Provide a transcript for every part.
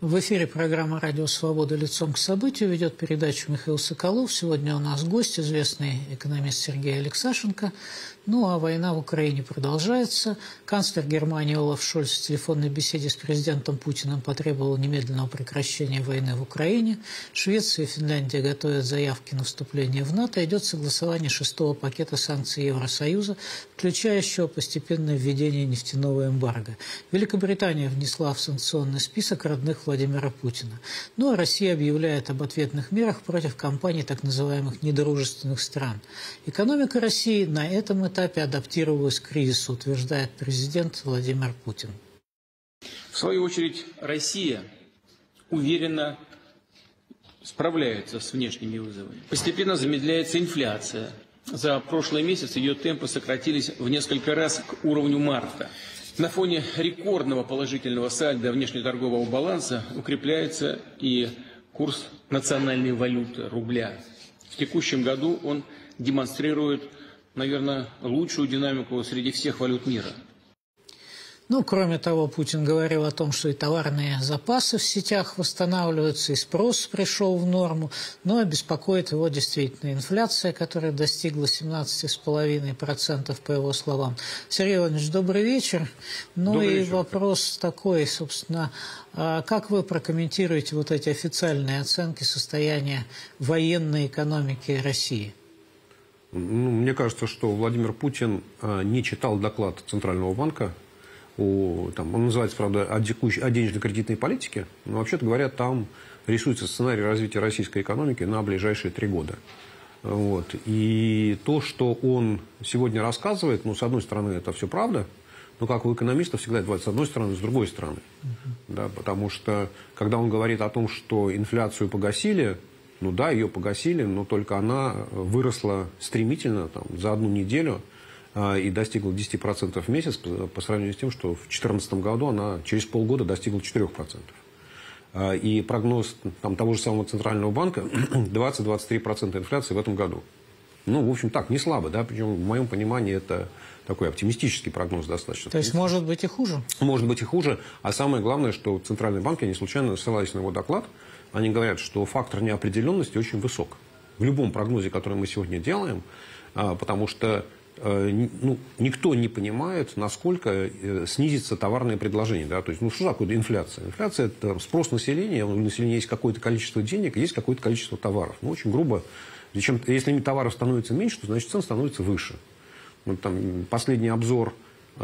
В эфире программа «Радио Свобода. Лицом к событию» ведет передачу Михаил Соколов. Сегодня у нас гость, известный экономист Сергей Алексашенко. Ну, а война в Украине продолжается. Канцлер Германии Олаф Шольц в телефонной беседе с президентом Путиным потребовал немедленного прекращения войны в Украине. Швеция и Финляндия готовят заявки на вступление в НАТО. Идет согласование 6-го пакета санкций Евросоюза, включающего постепенное введение нефтяного эмбарго. Великобритания внесла в санкционный список родных Владимира Путина. Ну а Россия объявляет об ответных мерах против компаний так называемых недружественных стран. Экономика России на этом этапе адаптировалась к кризису, утверждает президент Владимир Путин. В свою очередь, Россия уверенно справляется с внешними вызовами. Постепенно замедляется инфляция. За прошлый месяц ее темпы сократились в несколько раз к уровню марта. На фоне рекордного положительного сальдо внешнеторгового баланса укрепляется и курс национальной валюты рубля. В текущем году он демонстрирует, наверное, лучшую динамику среди всех валют мира. Ну, кроме того, Путин говорил о том, что и товарные запасы в сетях восстанавливаются, и спрос пришел в норму, но беспокоит его действительно инфляция, которая достигла 17,5%, по его словам. Сергей Иванович, добрый вечер. Ну добрый вечер. Вопрос такой, собственно, как вы прокомментируете вот эти официальные оценки состояния военной экономики России? Ну, мне кажется, что Владимир Путин не читал доклад Центрального банка. Он называется, правда, о денежно-кредитной политике, но, вообще-то говоря, там рисуется сценарий развития российской экономики на ближайшие 3 года. Вот. И то, что он сегодня рассказывает, ну, с одной стороны, это все правда, но, как у экономиста, всегда это бывает с одной стороны, с другой стороны. Да, потому что, когда он говорит о том, что инфляцию погасили, ну да, ее погасили, но только она выросла стремительно за одну неделю, и достигла 10% в месяц по сравнению с тем, что в 2014 году она через полгода достигла 4%. И прогноз того же самого Центрального банка 20-23% инфляции в этом году. Ну, в общем, так, не слабо, да, причем в моем понимании это такой оптимистический прогноз достаточно. То есть может быть и хуже? Может быть и хуже. А самое главное, что Центральный банк, я не случайно ссылаюсь на его доклад, они говорят, что фактор неопределенности очень высок. В любом прогнозе, который мы сегодня делаем, потому что никто не понимает, насколько снизится товарное предложение. Да? То есть, что такое инфляция? Инфляция – это спрос населения. У населения есть какое-то количество денег, есть какое-то количество товаров. Ну, очень грубо. Если товаров становится меньше, то значит цен становится выше. Последний обзор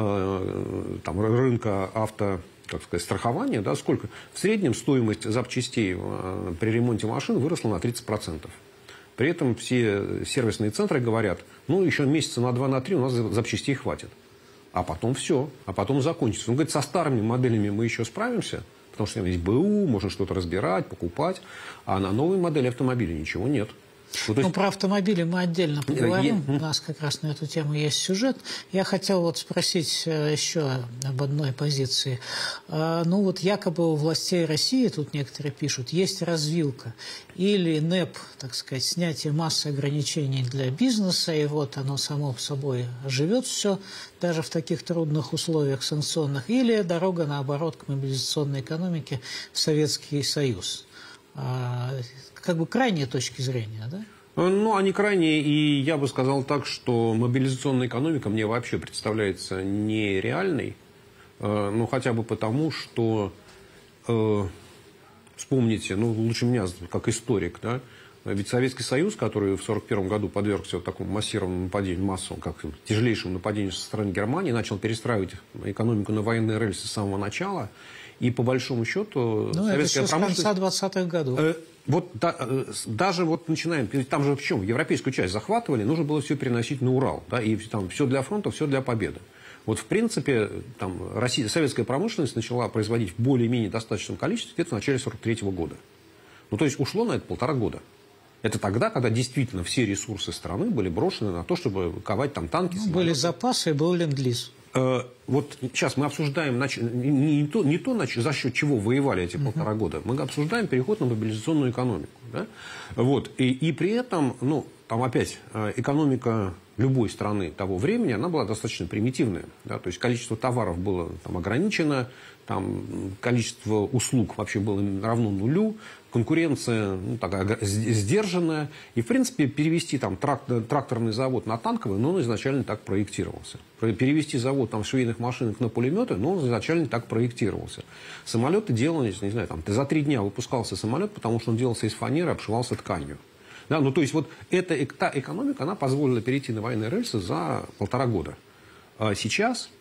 рынка страхования, да, сколько? В среднем стоимость запчастей при ремонте машин выросла на 30%. При этом все сервисные центры говорят, ну, еще месяца на 2-3 у нас запчастей хватит. А потом все, а потом закончится. Он говорит, со старыми моделями мы еще справимся, потому что есть БУ, можно что-то разбирать, покупать, а на новой модели автомобиля ничего нет. Про автомобили мы отдельно поговорим. У нас как раз на эту тему есть сюжет. Я хотел спросить еще об одной позиции. Якобы у властей России, тут некоторые пишут, есть развилка. Или НЭП, так сказать, снятие массы ограничений для бизнеса, и вот оно само собой живет все, даже в таких трудных условиях санкционных. Или дорога, наоборот, к мобилизационной экономике в Советский Союз. Крайние точки зрения, да? Ну, они крайние, и я бы сказал так, что мобилизационная экономика мне вообще представляется нереальной. Ну, хотя бы потому, что, вспомните, лучше меня, как историк, да, ведь Советский Союз, который в 1941 году подвергся такому массированному нападению, массовому, тяжелейшему нападению со стороны Германии, начал перестраивать экономику на военные рельсы с самого начала. И по большому счету советская промышленность... Это с конца 20-х годов. Даже начинаем... Там же в чем? Европейскую часть захватывали, нужно было все переносить на Урал. Да, и там все для фронта, все для победы. В принципе, советская промышленность начала производить в более-менее достаточном количестве где-то в начале 1943 года. То есть ушло на это 1,5 года. Это тогда, когда действительно все ресурсы страны были брошены на то, чтобы ковать танки. Были запасы и был ленд-лиз. Сейчас мы обсуждаем не то, за счет чего воевали эти 1,5 года. Мы обсуждаем переход на мобилизационную экономику. Да? И при этом, там опять экономика любой страны того времени, она была достаточно примитивная. Да? То есть количество товаров было там ограничено, там, количество услуг вообще было равно нулю, конкуренция такая сдержанная. И, в принципе, перевести там, тракторный завод на танковый, он изначально так проектировался. Перевести завод там, швейных машинок на пулеметы, он изначально так проектировался. Самолеты делались, не знаю, там, за 3 дня выпускался самолет, потому что он делался из фанеры, обшивался тканью. Да, ну, то есть, вот та экономика, она позволила перейти на военные рельсы за 1,5 года. А сейчас,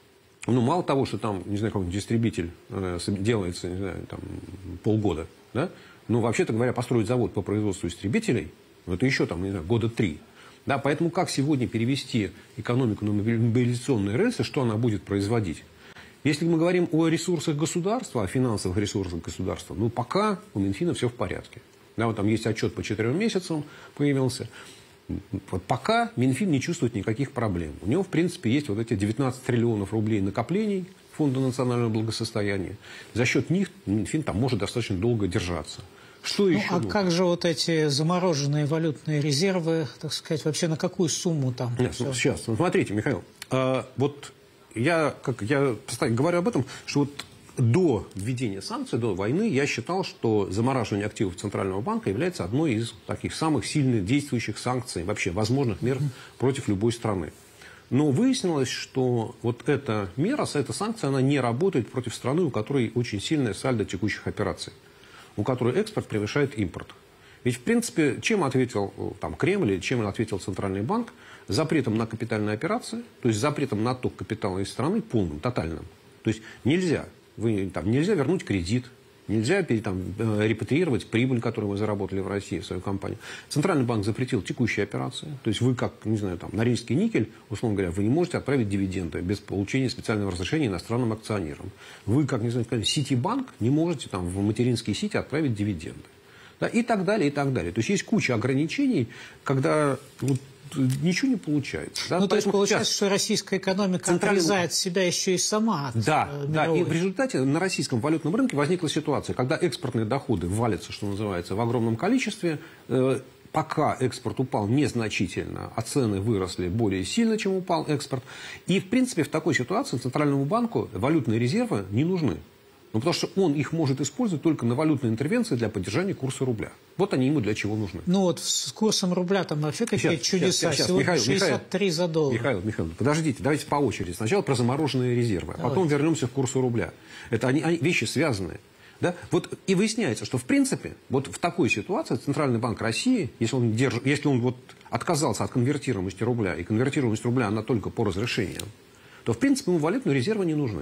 ну, мало того, что там, не знаю, какой-нибудь истребитель делается, не знаю, там, полгода, да, ну, вообще-то говоря, построить завод по производству истребителей, ну, это еще, там, не знаю, 3 года. Да, поэтому как сегодня перевести экономику на мобилизационные рельсы, что она будет производить? Если мы говорим о ресурсах государства, о финансовых ресурсах государства, ну, пока у Минфина все в порядке. Да, вот там есть отчет по 4 месяцам появился. Вот пока Минфин не чувствует никаких проблем. У него, в принципе, есть вот эти 19 триллионов рублей накоплений Фонда национального благосостояния. За счет них Минфин там может достаточно долго держаться. Что еще? А как же вот эти замороженные валютные резервы, так сказать, вообще на какую сумму там? Нет, сейчас, смотрите, Михаил, вот я постоянно говорю об этом, что вот до введения санкций, до войны, я считал, что замораживание активов Центрального банка является одной из таких самых сильных действующих санкций, вообще возможных мер против любой страны. Но выяснилось, что вот эта мера, эта санкция, она не работает против страны, у которой очень сильное сальдо текущих операций, у которой экспорт превышает импорт. Ведь, в принципе, чем ответил там, Кремль, или чем ответил Центральный банк? Запретом на капитальные операции, то есть запретом на отток капитала из страны полным, тотальным. То есть нельзя вернуть кредит, нельзя репатриировать прибыль, которую вы заработали в России, в свою компанию. Центральный банк запретил текущие операции. То есть вы, как, не знаю, там, Норильский никель, условно говоря, вы не можете отправить дивиденды без получения специального разрешения иностранным акционерам. Вы, как, не знаю, Ситибанк, не можете там, в материнские сети отправить дивиденды. Да, и так далее, и так далее. То есть есть куча ограничений, когда вот, ничего не получается. Да? Ну, то есть получается, что российская экономика отрезает себя еще и сама от мировой. Да, и в результате на российском валютном рынке возникла ситуация, когда экспортные доходы валятся, что называется, в огромном количестве, пока экспорт упал незначительно, а цены выросли более сильно, чем упал экспорт. И, в принципе, в такой ситуации Центральному банку валютные резервы не нужны. Ну, потому что он их может использовать только на валютные интервенции для поддержания курса рубля. Вот они ему для чего нужны. Ну вот с курсом рубля там вообще какие-то чудеса. Сегодня 63 за доллар. Михаил, подождите, давайте по очереди. Сначала про замороженные резервы, а потом вернемся к курсу рубля. Это они вещи связанные. Да? Вот и выясняется, что в принципе вот в такой ситуации Центральный банк России, если он вот отказался от конвертируемости рубля, и конвертируемость рубля она только по разрешениям, то в принципе ему валютные резервы не нужны.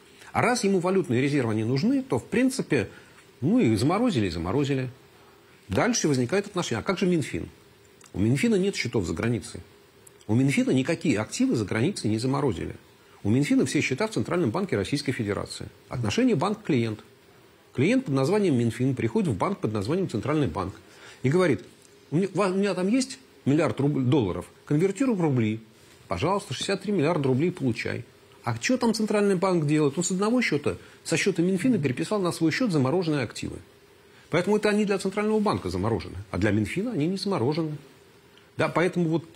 А раз ему валютные резервы не нужны, то, в принципе, ну, их заморозили и заморозили. Дальше возникает отношение. А как же Минфин? У Минфина нет счетов за границей. У Минфина никакие активы за границей не заморозили. У Минфина все счета в Центральном банке Российской Федерации. Отношение банк-клиент. Клиент под названием Минфин приходит в банк под названием Центральный банк и говорит, у меня там есть $1 миллиард долларов, конвертируй в рубли. Пожалуйста, 63 миллиарда рублей получай. А что там Центральный банк делает? Он с одного счета, со счета Минфина переписал на свой счет замороженные активы. Поэтому это они для Центрального банка заморожены. А для Минфина они не заморожены. Да, поэтому вот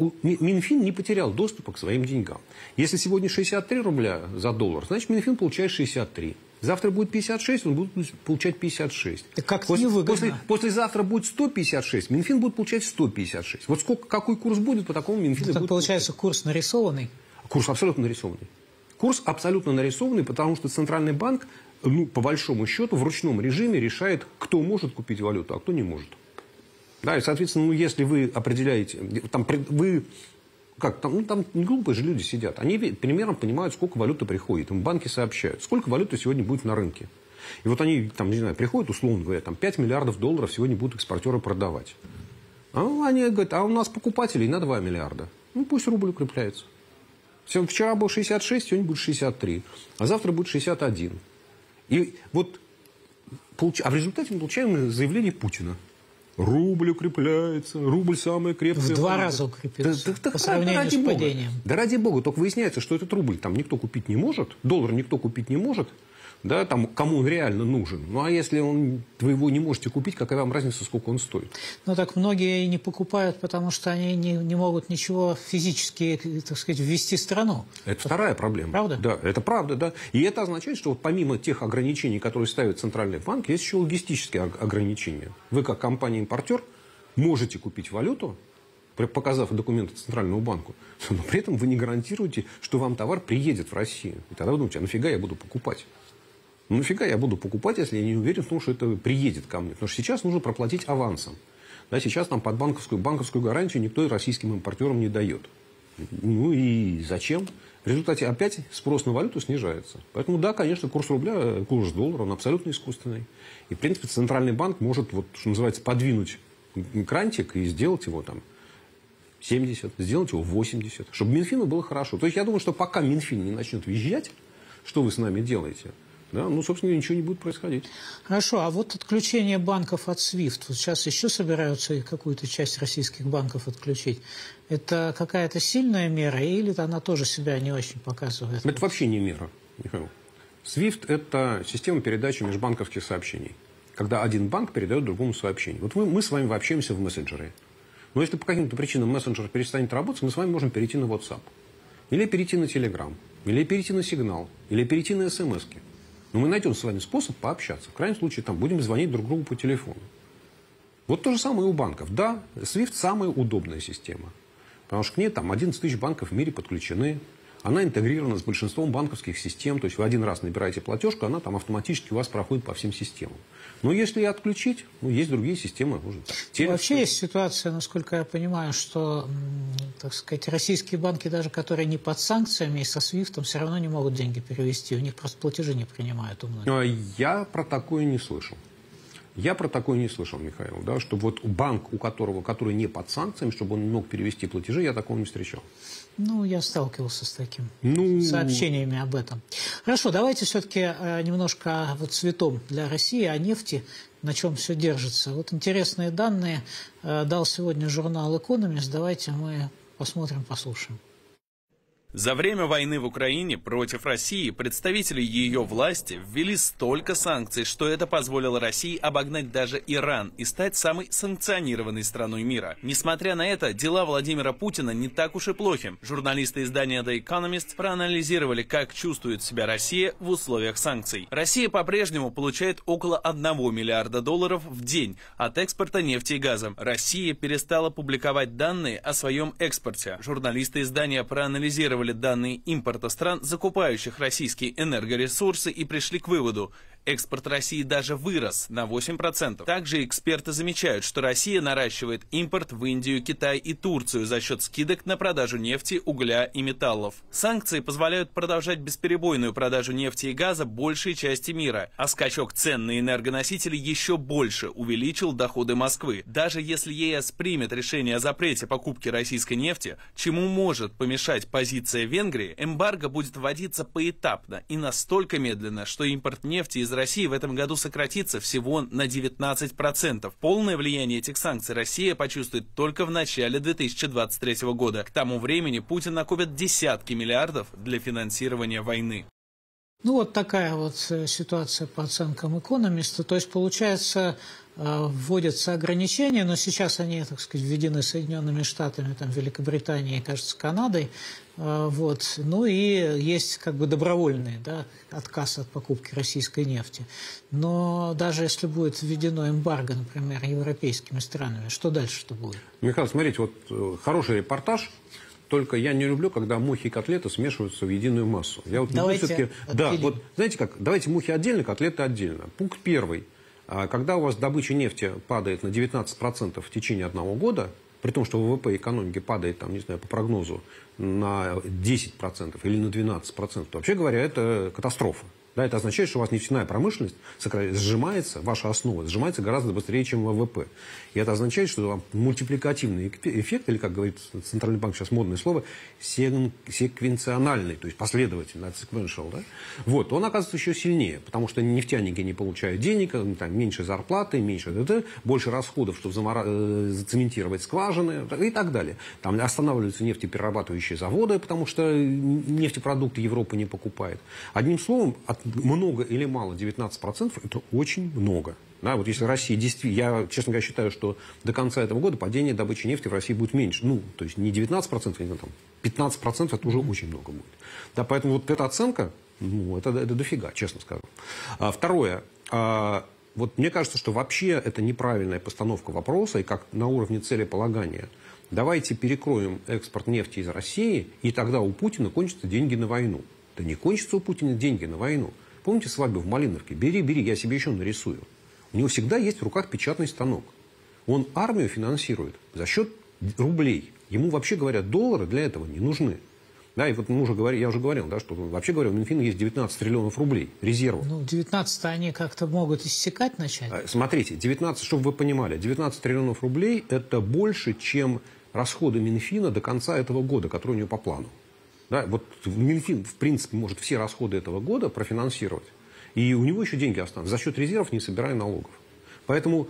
Минфин не потерял доступа к своим деньгам. Если сегодня 63 рубля за доллар, значит Минфин получает 63. Завтра будет 56, он будет получать 56. Так как невыгодно. Послезавтра будет 156, Минфин будет получать 156. Вот какой курс будет, по такому Минфин будет. Получается курс нарисованный? Курс абсолютно нарисованный. Курс абсолютно нарисованный, потому что Центральный банк, ну, по большому счету, в ручном режиме решает, кто может купить валюту, а кто не может. Да, и, соответственно, ну, если вы определяете, там не глупые же люди сидят. Они примерно понимают, сколько валюты приходит. Им банки сообщают, сколько валюты сегодня будет на рынке. И вот они, там, не знаю, приходят, условно говоря, там, 5 миллиардов долларов сегодня будут экспортеры продавать. А они говорят, а у нас покупателей на 2 миллиарда. Ну, пусть рубль укрепляется. Вчера был 66, сегодня будет 63. А завтра будет 61. И вот, а в результате мы получаем заявление Путина. Рубль укрепляется, рубль самая крепкая. В 2 раза укрепился по сравнению с падением. Да ради бога, только выясняется, что этот рубль там никто купить не может, доллар никто купить не может. да, там, кому он реально нужен. Ну, а если вы его не можете купить, какая вам разница, сколько он стоит? Ну, так многие не покупают, потому что они не могут ничего физически, так сказать, ввести в страну. Это вторая проблема. Правда? Да, это правда, да. И это означает, что вот помимо тех ограничений, которые ставит Центральный банк, есть еще логистические ограничения. Вы, как компания-импортер, можете купить валюту, показав документы Центральному банку, но при этом вы не гарантируете, что вам товар приедет в Россию. И тогда вы думаете, а нафига я буду покупать? Ну, нафига я буду покупать, если я не уверен в том, что это приедет ко мне? Потому что сейчас нужно проплатить авансом. Да, сейчас нам под банковскую гарантию никто российским импортерам не дает. Ну и зачем? В результате опять спрос на валюту снижается. Поэтому да, конечно, курс рубля, курс доллара, он абсолютно искусственный. И, в принципе, Центральный банк может, вот, что называется, подвинуть крантик и сделать его там 70, сделать его 80, чтобы Минфину было хорошо. То есть я думаю, что пока Минфин не начнет визжать, что вы с нами делаете, да, ну, собственно, ничего не будет происходить. Хорошо, а вот отключение банков от SWIFT, вот сейчас еще собираются какую-то часть российских банков отключить. Это какая-то сильная мера или она тоже себя не очень показывает? Это вообще не мера, Михаил. SWIFT – это система передачи межбанковских сообщений. Когда один банк передает другому сообщение. Вот мы с вами общаемся в мессенджере. Но если по каким-то причинам мессенджер перестанет работать, мы с вами можем перейти на WhatsApp. Или перейти на Telegram. Или перейти на Signal. Или перейти на SMS-ки. Но мы найдем с вами способ пообщаться. В крайнем случае, там, будем звонить друг другу по телефону. Вот то же самое и у банков. Да, SWIFT самая удобная система. Потому что к ней там 11 тысяч банков в мире подключены. Она интегрирована с большинством банковских систем. То есть вы один раз набираете платежку, она там автоматически у вас проходит по всем системам. Но если ее отключить, ну, есть другие системы. Вообще есть ситуация, насколько я понимаю, что, так сказать, российские банки, даже которые не под санкциями и со SWIFT, все равно не могут деньги перевести. У них просто платежи не принимают у многих. Я про такое не слышал. Я про такое не слышал, Михаил. Да, чтобы вот банк, который не под санкциями, чтобы он не мог перевести платежи, я такого не встречал. Ну, я сталкивался с таким сообщениями об этом. Хорошо, давайте все-таки немножко вот цветом для России, о нефти, на чем все держится. Вот интересные данные дал сегодня журнал «Экономист». Давайте мы посмотрим, послушаем. За время войны в Украине против России представители ее власти ввели столько санкций, что это позволило России обогнать даже Иран и стать самой санкционированной страной мира. Несмотря на это, дела Владимира Путина не так уж и плохи. Журналисты издания The Economist проанализировали, как чувствует себя Россия в условиях санкций. Россия по-прежнему получает около $1 миллиарда в день от экспорта нефти и газа. Россия перестала публиковать данные о своем экспорте. Журналисты издания проанализировали данные импорта стран, закупающих российские энергоресурсы, и пришли к выводу: экспорт России даже вырос на 8%. Также эксперты замечают, что Россия наращивает импорт в Индию, Китай и Турцию за счет скидок на продажу нефти, угля и металлов. Санкции позволяют продолжать бесперебойную продажу нефти и газа большей части мира, а скачок цен на энергоносители еще больше увеличил доходы Москвы. Даже если ЕС примет решение о запрете покупки российской нефти, чему может помешать позиция Венгрии, эмбарго будет вводиться поэтапно и настолько медленно, что импорт нефти из России в этом году сократится всего на 19%. Полное влияние этих санкций Россия почувствует только в начале 2023 года. К тому времени Путин накопит десятки миллиардов для финансирования войны. Ну, вот такая вот ситуация по оценкам экономиста. То есть, получается, вводятся ограничения, но сейчас они, так сказать, введены Соединенными Штатами, там, Великобританией, кажется, Канадой. Вот. Ну и есть как бы добровольный, да, отказ от покупки российской нефти. Но даже если будет введено эмбарго, например, европейскими странами, что дальше-то будет? Михаил, смотрите, вот хороший репортаж. Только я не люблю, когда мухи и котлеты смешиваются в единую массу. Я вот давайте да, вот знаете как, давайте мухи отдельно, котлеты отдельно. Пункт первый. Когда у вас добыча нефти падает на 19% в течение одного года, при том, что ВВП экономики падает, там, не знаю, по прогнозу на 10% или на 12%, то, вообще говоря, это катастрофа. Да, это означает, что у вас нефтяная промышленность сжимается, ваша основа сжимается гораздо быстрее, чем ВВП. И это означает, что вам мультипликативный эффект, или, как говорит Центральный банк, сейчас модное слово, секвенциональный, то есть последовательный, sequential, да? Вот, он оказывается еще сильнее, потому что нефтяники не получают денег, там, меньше зарплаты, меньше больше расходов, чтобы зацементировать скважины и так далее. Там останавливаются нефтеперерабатывающие заводы, потому что нефтепродукты Европа не покупает. Одним словом, от много или мало 19% это очень много. Да, вот если Россия действительно, я, честно говоря, считаю, что до конца этого года падение добычи нефти в России будет меньше. Ну, то есть не 19%, не там, 15% это уже очень много будет. Да, поэтому вот эта оценка, ну, это дофига, честно скажу. Второе. Вот мне кажется, что вообще это неправильная постановка вопроса, и как на уровне целеполагания. Давайте перекроем экспорт нефти из России, и тогда у Путина кончатся деньги на войну. Да не кончатся у Путина деньги на войну. Помните свадьбу в Малиновке? Бери, бери, я себе еще нарисую. У него всегда есть в руках печатный станок. Он армию финансирует за счет рублей. Ему, вообще говоря, доллары для этого не нужны. Да, и вот мы уже я уже говорил, да, что вообще говоря, у Минфина есть 19 триллионов рублей резервов. Ну, 19 они как-то могут иссякать начать. Смотрите, 19, чтобы вы понимали, 19 триллионов рублей это больше, чем расходы Минфина до конца этого года, которые у него по плану. Да, вот Минфин, в принципе, может все расходы этого года профинансировать. И у него еще деньги останутся. За счет резервов не собирая налогов. Поэтому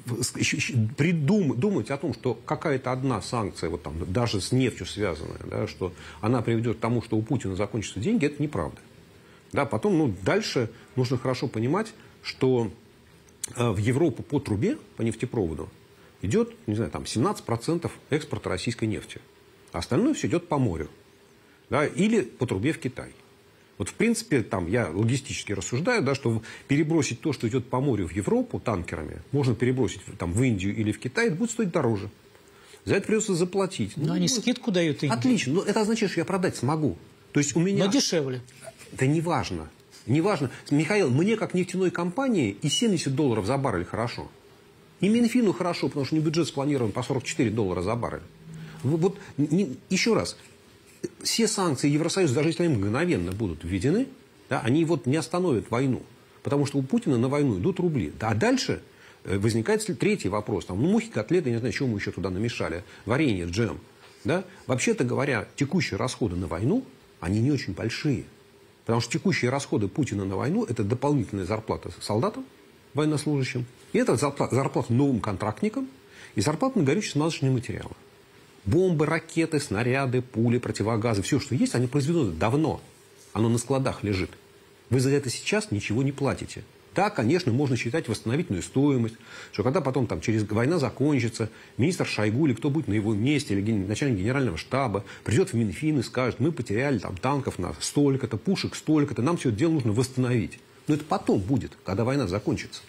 думать о том, что какая-то одна санкция, вот там, даже с нефтью связанная, да, что она приведет к тому, что у Путина закончатся деньги, это неправда. Да, потом, ну, дальше нужно хорошо понимать, что в Европу по трубе, по нефтепроводу, идет, не знаю, там 17% экспорта российской нефти. А остальное все идет по морю. Да, или по трубе в Китай. Вот, в принципе, там я логистически рассуждаю, да, что перебросить то, что идет по морю в Европу танкерами, можно перебросить там, в Индию или в Китай, это будет стоить дороже. За это придется заплатить. Но они скидку дают Индии. Отлично. Но это означает, что я продать смогу. То есть у меня... Но дешевле. Да неважно. Неважно. Михаил, мне как нефтяной компании и $70 за баррель хорошо. И Минфину хорошо, потому что у них бюджет спланирован по $44 за баррель. Вот еще раз. Все санкции Евросоюза, даже если они мгновенно будут введены, да, они вот не остановят войну. Потому что у Путина на войну идут рубли. Да, а дальше возникает третий вопрос. Там, ну, мухи, котлеты, я не знаю, чего мы еще туда намешали. Варенье, джем. Да? Вообще-то говоря, текущие расходы на войну, они не очень большие. Потому что текущие расходы Путина на войну – это дополнительная зарплата солдатам, военнослужащим. И это зарплата новым контрактникам и зарплата на горюче-смазочные материалы. Бомбы, ракеты, снаряды, пули, противогазы, все, что есть, они произведены давно. Оно на складах лежит. Вы за это сейчас ничего не платите. Да, конечно, можно считать восстановительную стоимость, что когда потом там, через война закончится, министр Шойгу или кто будет на его месте, или начальник генерального штаба, придет в Минфин и скажет, мы потеряли там танков на столько-то, пушек столько-то, нам все это дело нужно восстановить. Но это потом будет, когда война закончится.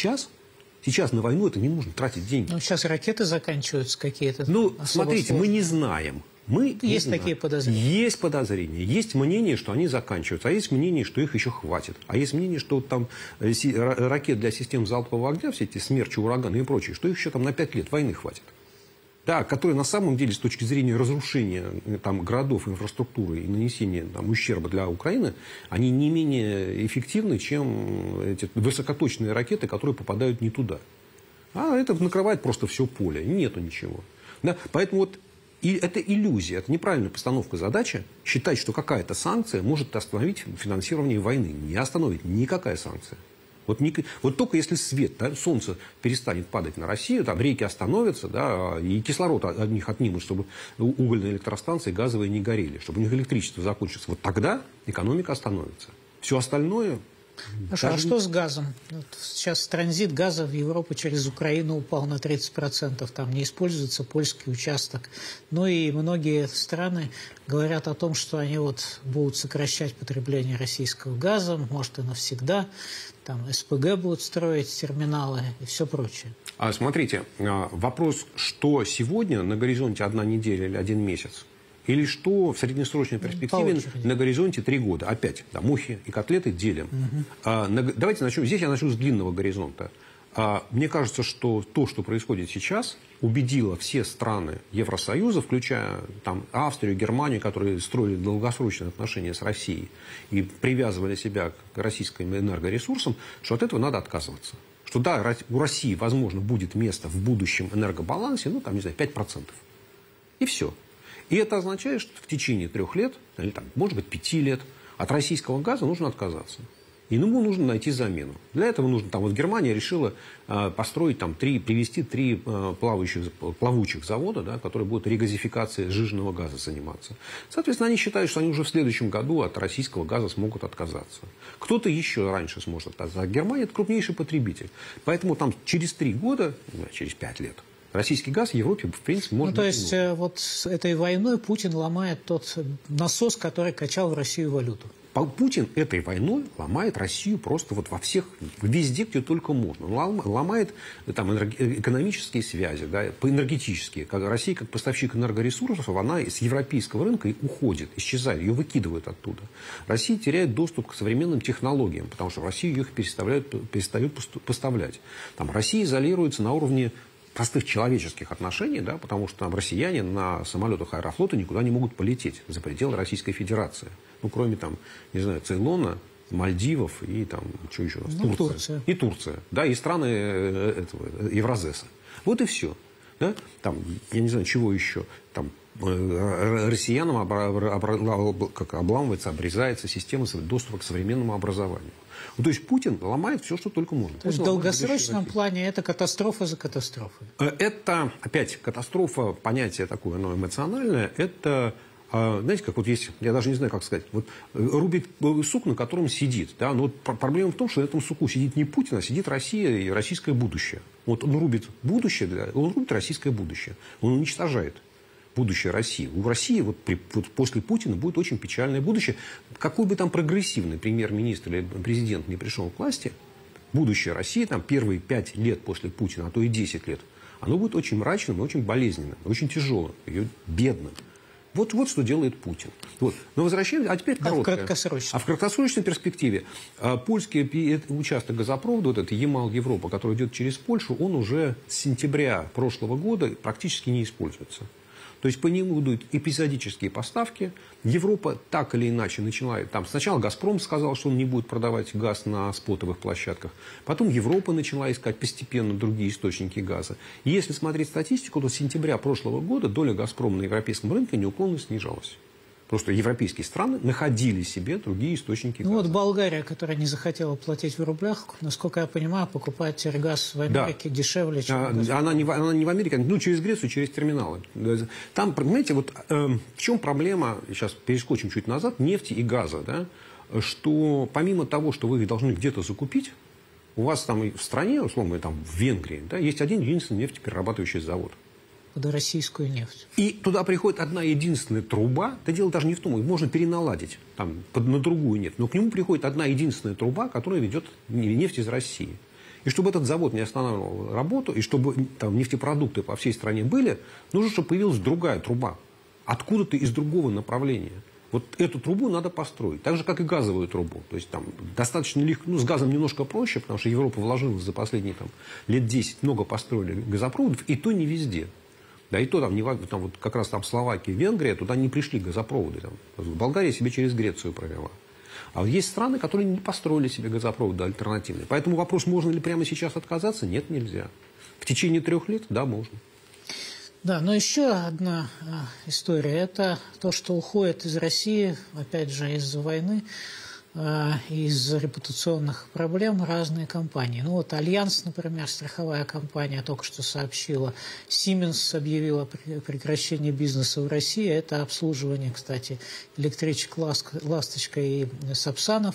Сейчас на войну это не нужно тратить деньги. Ну, сейчас ракеты заканчиваются какие-то. Ну, смотрите, сложные. Мы не знаем. Есть такие подозрения. Есть подозрения. Есть мнение, что они заканчиваются. А есть мнение, что их еще хватит. А есть мнение, что вот там ракет для систем залпового огня, все эти смерчи, ураганы и прочее, что их еще там на 5 лет войны хватит. Да, которые на самом деле с точки зрения разрушения там, городов, инфраструктуры и нанесения там, ущерба для Украины, они не менее эффективны, чем эти высокоточные ракеты, которые попадают не туда. А это накрывает просто все поле. Нету ничего. Да? Поэтому вот и это иллюзия, это неправильная постановка задачи считать, что какая-то санкция может остановить финансирование войны. Не остановит никакая санкция. Вот только если свет, да, солнце перестанет падать на Россию, там реки остановятся, да, и кислород от них отнимут, чтобы угольные электростанции газовые не горели, чтобы у них электричество закончится. Вот тогда экономика остановится. Все остальное... Хорошо, а что с газом? Вот сейчас транзит газа в Европу через Украину упал на 30%. Там не используется польский участок. Ну и многие страны говорят о том, что они вот будут сокращать потребление российского газа, может и навсегда. Там СПГ будут строить, терминалы и все прочее. Смотрите, вопрос, что сегодня на горизонте 1 неделя или 1 месяц, или что в среднесрочной перспективе на горизонте 3 года. Опять, да, мухи и котлеты делим. Давайте начнем. Здесь я начну с длинного горизонта. Мне кажется, что то, что происходит сейчас, убедило все страны Евросоюза, включая там, Австрию, Германию, которые строили долгосрочные отношения с Россией и привязывали себя к российским энергоресурсам, что от этого надо отказываться. Что да, у России, возможно, будет место в будущем энергобалансе, ну, там, не знаю, 5%. И все. И это означает, что в течение 3 лет, или там, может быть 5 лет, от российского газа нужно отказаться. ему нужно найти замену. Для этого нужно, там вот Германия решила построить, привести 3 плавучих завода, да, которые будут регазификацией сжиженного газа заниматься. Соответственно, они считают, что они уже в следующем году от российского газа смогут отказаться. Кто-то еще раньше сможет отказаться. А Германия – это крупнейший потребитель. Поэтому там через 3 года, через 5 лет, российский газ в Европе, в принципе, может быть. То есть, вот с этой войной Путин ломает тот насос, который качал в Россию валюту. Путин этой войной ломает Россию просто вот везде, где только можно. Он ломает там экономические связи, да, энергетические. Россия, как поставщик энергоресурсов, она с европейского рынка уходит, исчезает, ее выкидывают оттуда. Россия теряет доступ к современным технологиям, потому что в Россию их перестают поставлять. Там Россия изолируется на уровне простых человеческих отношений, да, потому что там россияне на самолетах Аэрофлота никуда не могут полететь за пределы Российской Федерации. Ну, кроме там, не знаю, Цейлона, Мальдивов и там, что еще у нас? Турция. И Турция, да, и страны Евразеса. Вот и все. Да? Там, я не знаю, чего еще. Там россиянам обламывается, обрезается система доступа к современному образованию. Ну, то есть Путин ломает все, что только можно. То есть в долгосрочном плане это катастрофа за катастрофой? Это, опять, катастрофа, понятие такое, оно эмоциональное, это... Знаете, как вот есть, я даже не знаю, как сказать, вот рубит сук, на котором сидит. Да? Но вот проблема в том, что на этом суку сидит не Путин, а сидит Россия и российское будущее. Вот он рубит будущее, он рубит российское будущее. Он уничтожает будущее России. У России вот после Путина будет очень печальное будущее. Какой бы там прогрессивный премьер-министр или президент не пришел к власти, будущее России, там, первые 5 лет после Путина, а то и 10 лет, оно будет очень мрачным, очень болезненным, очень тяжелым, бедным. Вот что делает Путин. Вот. Но возвращаемся, а теперь короткое. А в краткосрочной перспективе польский участок газопровода, вот этот Ямал-Европа, который идет через Польшу, он уже с сентября прошлого года практически не используется. То есть по нему идут эпизодические поставки. Европа так или иначе начинает. Там сначала «Газпром» сказал, что он не будет продавать газ на спотовых площадках. Потом Европа начала искать постепенно другие источники газа. И если смотреть статистику, то с сентября прошлого года доля «Газпрома» на европейском рынке неуклонно снижалась. Просто европейские страны находили себе другие источники газа. Ну вот Болгария, которая не захотела платить в рублях, насколько я понимаю, покупает теперь газ в Америке дешевле, чем она не в Америке, ну через Грецию, через терминалы. Там, понимаете, вот в чем проблема, сейчас перескочим чуть назад, нефти и газа, да, что помимо того, что вы их должны где-то закупить, у вас там в стране, условно, там в Венгрии, да, есть один единственный нефтеперерабатывающий завод. Под российскую нефть. И туда приходит одна единственная труба. Это дело даже не в том, их можно переналадить там, на другую нефть. Но к нему приходит одна единственная труба, которая ведет нефть из России. И чтобы этот завод не останавливал работу, и чтобы там нефтепродукты по всей стране были, нужно, чтобы появилась другая труба. Откуда-то из другого направления. Вот эту трубу надо построить. Так же, как и газовую трубу. То есть там достаточно легко, ну, с газом немножко проще, потому что Европа вложилась за последние лет 10, много построили газопроводов, и то не везде. Да и то там вот как раз там Словакия, Венгрия, туда не пришли газопроводы. Там. Болгария себе через Грецию провела. А вот есть страны, которые не построили себе газопроводы альтернативные. Поэтому вопрос, можно ли прямо сейчас отказаться? Нет, нельзя. В течение 3 лет? Да, можно. Да, но еще одна история. Это то, что уходит из России, опять же, из-за войны, из-за репутационных проблем разные компании. Ну вот Альянс, например, страховая компания, только что сообщила. Siemens объявила прекращение бизнеса в России. Это обслуживание, кстати, электричек «Ласточка» и «Сапсанов».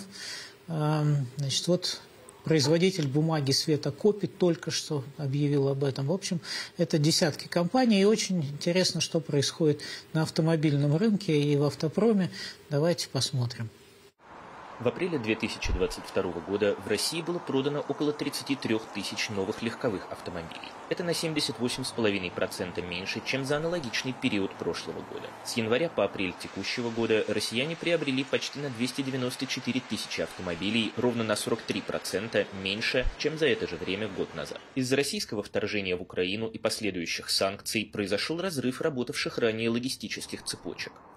Значит, вот производитель бумаги Света Копи только что объявил об этом. В общем, это десятки компаний. И очень интересно, что происходит на автомобильном рынке и в автопроме. Давайте посмотрим. В апреле 2022 года в России было продано около 33 тысяч новых легковых автомобилей. Это на 78,5% меньше, чем за аналогичный период прошлого года. С января по апрель текущего года россияне приобрели почти на 294 тысячи автомобилей, ровно на 43% меньше, чем за это же время год назад. Из-за российского вторжения в Украину и последующих санкций произошел разрыв работавших ранее логистических цепочек.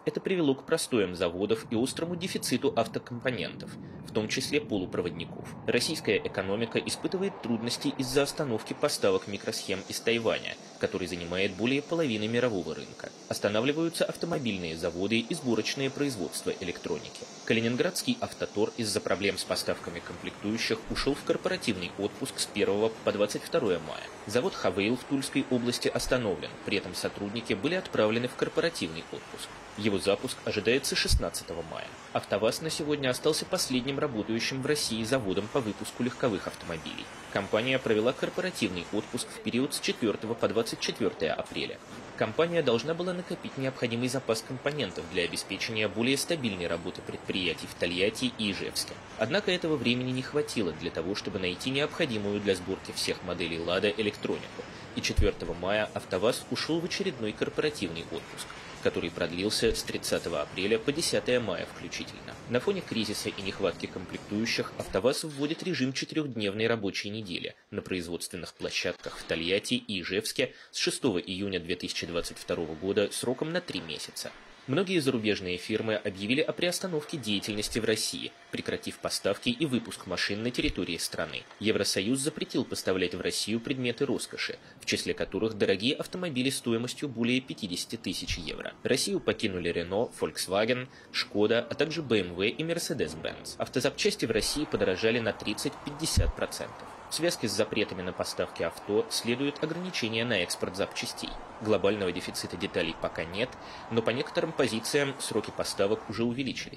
Это привело к простоям заводов и острому дефициту автокомпонентов, в том числе полупроводников. Российская экономика испытывает трудности из-за остановки поставок микросхем из Тайваня, который занимает более половины мирового рынка. Останавливаются автомобильные заводы и сборочное производство электроники. Калининградский автотор из-за проблем с поставками комплектующих ушел в корпоративный отпуск с 1 по 22 мая. Завод «Хавейл» в Тульской области остановлен, при этом сотрудники были отправлены в корпоративный отпуск. Его запуск ожидается 16 мая. «АвтоВАЗ» на сегодня остался последним работающим в России заводом по выпуску легковых автомобилей. Компания провела корпоративный отпуск в период с 4 по 24 апреля. Компания должна была накопить необходимый запас компонентов для обеспечения более стабильной работы предприятий в Тольятти и Ижевске. Однако этого времени не хватило для того, чтобы найти необходимую для сборки всех моделей «Лада» электронику. И 4 мая «АвтоВАЗ» ушел в очередной корпоративный отпуск, который продлился с 30 апреля по 10 мая включительно. На фоне кризиса и нехватки комплектующих «АвтоВАЗ» вводит режим 4-дневной рабочей недели на производственных площадках в Тольятти и Ижевске с 6 июня 2022 года сроком на 3 месяца. Многие зарубежные фирмы объявили о приостановке деятельности в России, прекратив поставки и выпуск машин на территории страны. Евросоюз запретил поставлять в Россию предметы роскоши, в числе которых дорогие автомобили стоимостью более 50 тысяч евро. Россию покинули Renault, Volkswagen, Skoda, а также BMW и Mercedes-Benz. Автозапчасти в России подорожали на 30-50%. В связке с запретами на поставки авто следует ограничения на экспорт запчастей. Глобального дефицита деталей пока нет, но по некоторым позициям сроки поставок уже увеличились.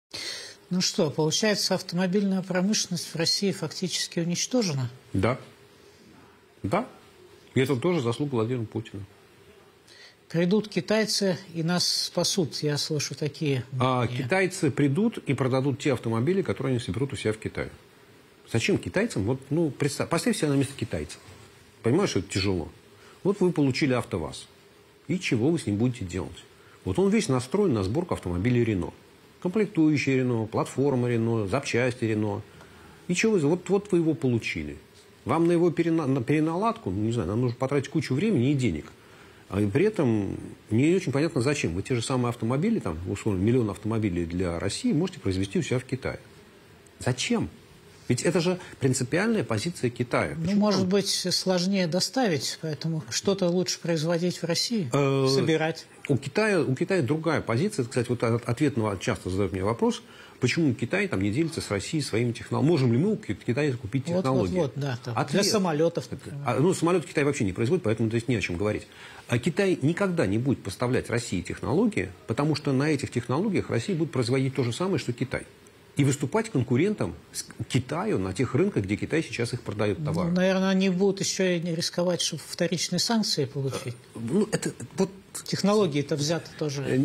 Ну что, получается, автомобильная промышленность в России фактически уничтожена? Да. Да. И это тоже заслуга Владимира Путина. Придут китайцы и нас спасут, я слышу такие мнения. Китайцы придут и продадут те автомобили, которые они соберут у себя в Китае. Зачем китайцам? Поставь себя на место китайцев. Понимаешь, что это тяжело. Вот вы получили АвтоВАЗ. И чего вы с ним будете делать? Вот он весь настроен на сборку автомобилей Renault. Комплектующие Renault, платформа Renault, запчасти Renault. И чего вы? Вот вы его получили. Вам на его переналадку, не знаю, нам нужно потратить кучу времени и денег. А при этом не очень понятно, зачем. Вы те же самые автомобили, там, условно, миллион автомобилей для России можете произвести у себя в Китае. Зачем? Ведь это же принципиальная позиция Китая. Ну, может быть, сложнее доставить, поэтому что-то лучше производить в России, собирать. У Китая другая позиция. Кстати, вот ответ на часто задают мне вопрос, почему Китай там не делится с Россией своими технологиями. Можем ли мы у Китая закупить технологии? Да, для самолетов, например. Самолеты Китай вообще не производит, поэтому здесь не о чем говорить. А Китай никогда не будет поставлять России технологии, потому что на этих технологиях Россия будет производить то же самое, что Китай. И выступать конкурентом Китаю на тех рынках, где Китай сейчас их продает товары. Ну, наверное, они будут еще и не рисковать, чтобы вторичные санкции получить. Технологии-то взяты тоже.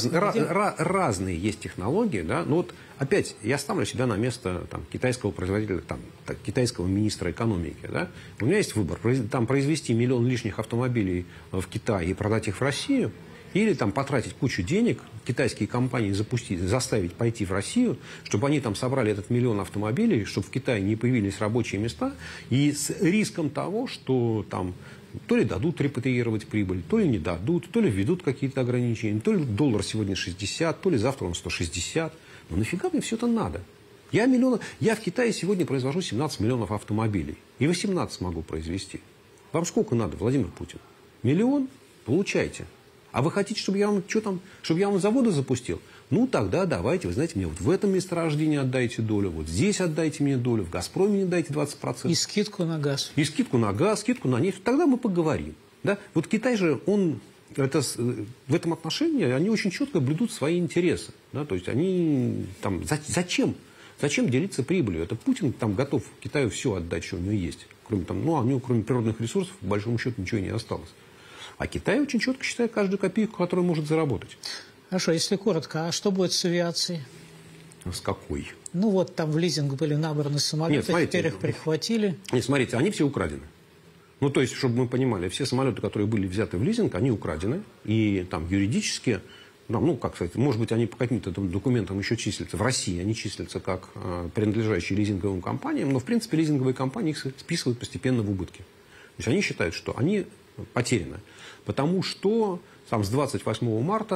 Разные есть технологии. Да? Но вот опять я ставлю себя на место китайского производителя, китайского министра экономики. Да? У меня есть выбор. Произвести миллион лишних автомобилей в Китае и продать их в Россию. Или потратить кучу денег, китайские компании заставить пойти в Россию, чтобы они там собрали этот миллион автомобилей, чтобы в Китае не появились рабочие места, и с риском того, что там то ли дадут репатриировать прибыль, то ли не дадут, то ли введут какие-то ограничения, то ли доллар сегодня 60, то ли завтра он 160. Но нафига мне все это надо? Я в Китае сегодня произвожу 17 миллионов автомобилей. И 18 могу произвести. Вам сколько надо, Владимир Путин? Миллион? Получайте. А вы хотите, чтобы я вам заводы запустил? Ну, тогда давайте, вы знаете, мне вот в этом месторождении отдайте долю, вот здесь отдайте мне долю, в «Газпроме» мне дайте 20%. И скидку на газ. И скидку на газ, скидку на нефть. Тогда мы поговорим. Да? Вот Китай же, в этом отношении, они очень четко блюдут свои интересы. Да? То есть они зачем делиться прибылью? Это Путин готов Китаю все отдать, что у него есть. У него кроме природных ресурсов, по большому счету, ничего и не осталось. А Китай очень четко считает каждую копейку, которую может заработать. Хорошо, если коротко, а что будет с авиацией? С какой? Там в лизинг были набраны самолеты, теперь их прихватили. Нет, смотрите, они все украдены. То есть, чтобы мы понимали, все самолеты, которые были взяты в лизинг, они украдены. И юридически, может быть, они по каким-то документам еще числятся. В России они числятся как принадлежащие лизинговым компаниям, но, в принципе, лизинговые компании их списывают постепенно в убытки. То есть, они считают, что они потеряны. Потому что с 28 марта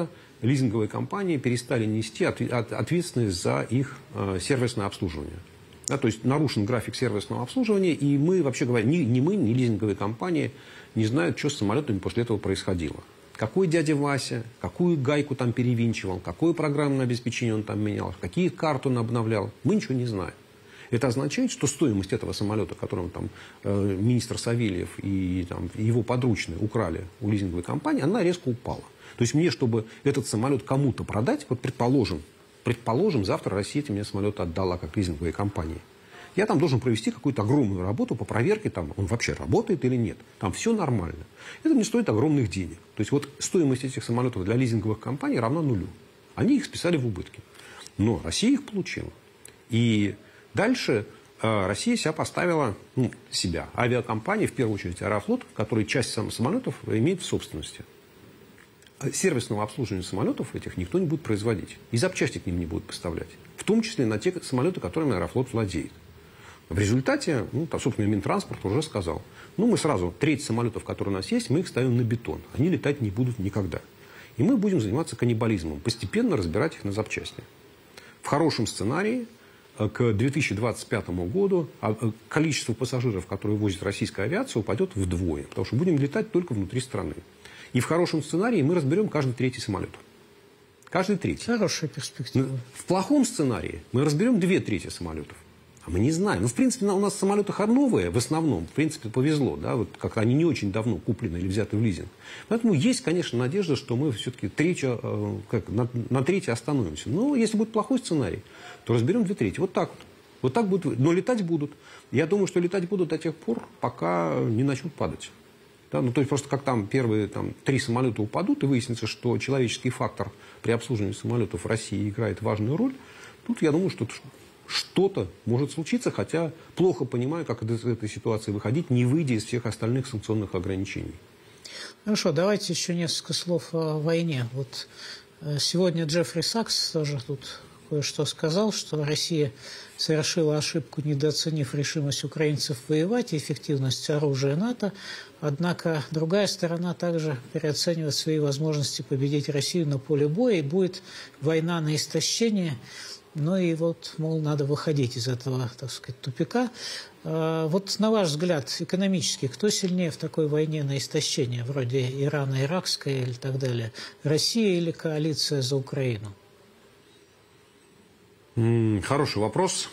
лизинговые компании перестали нести ответственность за их сервисное обслуживание. Да, то есть нарушен график сервисного обслуживания, и мы, вообще говоря, ни мы, ни лизинговые компании не знают, что с самолетами после этого происходило. Какой дядя Вася, какую гайку там перевинчивал, какое программное обеспечение он там менял, какие карты он обновлял, мы ничего не знаем. Это означает, что стоимость этого самолета, которым там министр Савельев и там, его подручные украли у лизинговой компании, она резко упала. То есть мне, чтобы этот самолет кому-то продать, вот предположим, завтра Россия мне самолет отдала как лизинговой компании. Я там должен провести какую-то огромную работу по проверке, там, он вообще работает или нет. Там все нормально. Это мне стоит огромных денег. То есть вот стоимость этих самолетов для лизинговых компаний равна нулю. Они их списали в убытки. Но Россия их получила. И дальше Россия себя поставила, себя, авиакомпании, в первую очередь Аэрофлот, который часть самолетов имеет в собственности. Сервисного обслуживания самолетов этих никто не будет производить. И запчасти к ним не будут поставлять. В том числе на те самолеты, которыми Аэрофлот владеет. В результате, собственно, Минтранспорт уже сказал, мы сразу треть самолетов, которые у нас есть, мы их ставим на бетон. Они летать не будут никогда. И мы будем заниматься каннибализмом, постепенно разбирать их на запчасти. В хорошем сценарии к 2025 году количество пассажиров, которые возит российская авиация, упадет вдвое. Потому что будем летать только внутри страны. И в хорошем сценарии мы разберем каждый третий самолет. Каждый третий. Хорошая перспектива. В плохом сценарии мы разберем 2/3 самолетов. А мы не знаем. В принципе, у нас самолеты новые, в основном. В принципе, повезло. Да? Вот как-то они не очень давно куплены или взяты в лизинг. Поэтому есть, конечно, надежда, что мы все-таки на третьей остановимся. Но если будет плохой сценарий, то разберем 2/3. Вот так вот. Вот так будет. Но летать будут. Я думаю, что летать будут до тех пор, пока не начнут падать. Да? То есть просто как там первые 3 самолета упадут, и выяснится, что человеческий фактор при обслуживании самолетов в России играет важную роль. Тут я думаю, что что-то может случиться, хотя плохо понимаю, как из этой ситуации выходить, не выйдя из всех остальных санкционных ограничений. Хорошо, давайте еще несколько слов о войне. Вот сегодня Джеффри Сакс тоже тут кое-что сказал, что Россия совершила ошибку, недооценив решимость украинцев воевать и эффективность оружия НАТО. Однако другая сторона также переоценивает свои возможности победить Россию на поле боя, и будет война на истощение. Ну и вот, мол, надо выходить из этого, так сказать, тупика. Вот на ваш взгляд, экономически, кто сильнее в такой войне на истощение, вроде Ирана, иракская или так далее? Россия или коалиция за Украину? Хороший вопрос.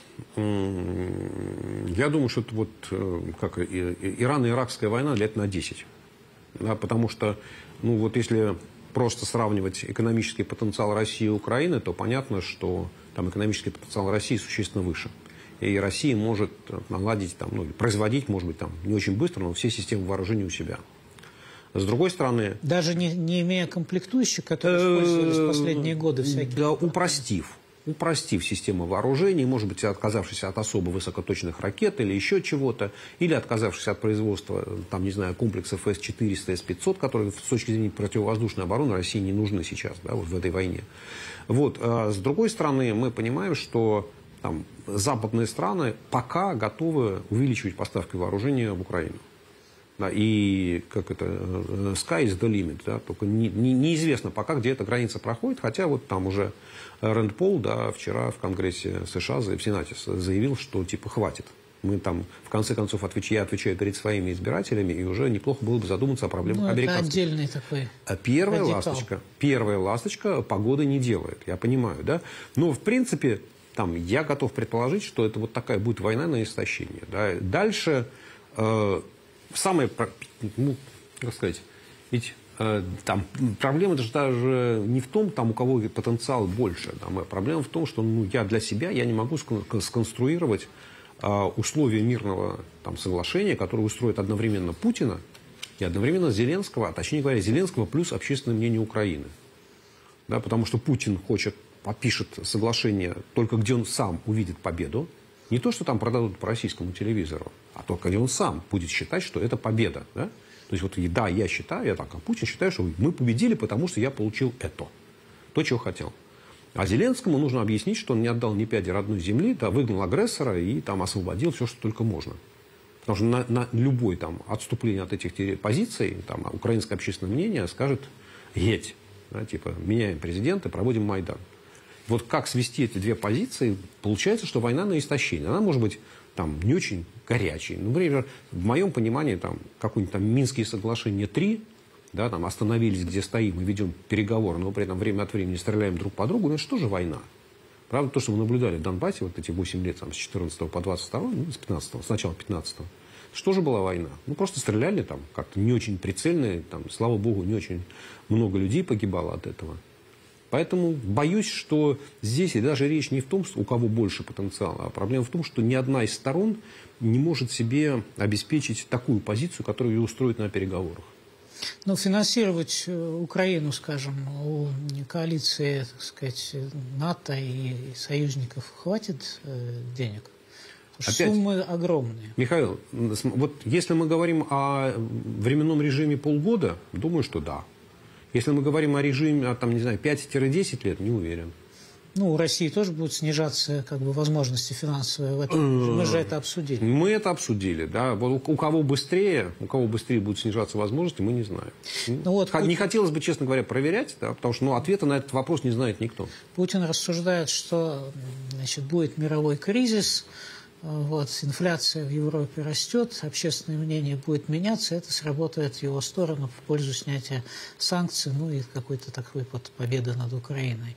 Я думаю, что это вот как Ирано-иракская война лет на 10. Да, потому что, вот если просто сравнивать экономический потенциал России и Украины, то понятно, что там экономический потенциал России существенно выше. И Россия может наладить, производить, может быть, не очень быстро, но все системы вооружения у себя. С другой стороны... Даже не имея комплектующих, которые использовались в последние годы всякие... Да, упростив систему вооружений, может быть, отказавшись от особо высокоточных ракет или еще чего-то, или отказавшись от производства, комплексов С-400, С-500, которые с точки зрения противовоздушной обороны России не нужны сейчас, да, вот в этой войне. С другой стороны, мы понимаем, что западные страны пока готовы увеличивать поставки вооружения в Украину. Да, и sky is the limit, да, только неизвестно пока, где эта граница проходит, хотя вот там уже Рэнд Пол, да, вчера в Конгрессе США, в Сенате заявил, что хватит. Мы в конце концов, я отвечаю перед своими избирателями, и уже неплохо было бы задуматься о проблемах американцев. Это отдельный такой Первая ласточка погоды не делает, я понимаю, да. Но в принципе, я готов предположить, что это вот такая будет война на истощение. Да. Дальше проблема даже не в том, у кого потенциал больше. Проблема в том, что я для себя не могу сконструировать условия мирного соглашения, которое устроит одновременно Путина и одновременно Зеленского, а точнее говоря, Зеленского плюс общественное мнение Украины. Да, потому что Путин подпишет соглашение только где он сам увидит победу. Не то, что там продадут по российскому телевизору, а только где он сам будет считать, что это победа. Да? То есть, да, я считаю, а Путин считает, что мы победили, потому что я получил это. То, чего хотел. А Зеленскому нужно объяснить, что он не отдал ни пяди родной земли, да, выгнал агрессора и освободил все, что только можно. Потому что на любое отступление от этих позиций украинское общественное мнение скажет: едь. Да, типа, меняем президента, проводим Майдан. Вот как свести эти две позиции, получается, что война на истощение. Она может быть там не очень горячей. Например, в моем понимании, там, какие-нибудь там Минские соглашения 3, да, там, остановились, где стоим, и ведем переговоры, но при этом время от времени стреляем друг по другу, ну, это что же война? Правда, то, что мы наблюдали в Донбассе вот эти 8 лет, там, с 14 по 22, ну, с 15, с начала 15, что же была война? Ну, просто стреляли там, как-то не очень прицельно, там, слава богу, не очень много людей погибало от этого. Поэтому боюсь, что здесь и даже речь не в том, у кого больше потенциала, а проблема в том, что ни одна из сторон не может себе обеспечить такую позицию, которую ее устроит на переговорах. Ну, финансировать Украину, скажем, у коалиции, так сказать, НАТО и союзников хватит денег? Опять, суммы огромные. Михаил, вот если мы говорим о временном режиме полгода, думаю, что да. Если мы говорим о режиме, там, не знаю, 5-10 лет, не уверен. Ну, у России тоже будут снижаться как бы возможности финансовые в этом. Мы же это обсудили. Мы это обсудили, да. Вот у кого быстрее будут снижаться возможности, мы не знаем. Ну, вот не хотелось бы, честно говоря, проверять, да, потому что ответа на этот вопрос не знает никто. Путин рассуждает, что, значит, будет мировой кризис. Вот, инфляция в Европе растет, общественное мнение будет меняться, это сработает в его сторону в пользу снятия санкций, ну и какой-то такой победы над Украиной.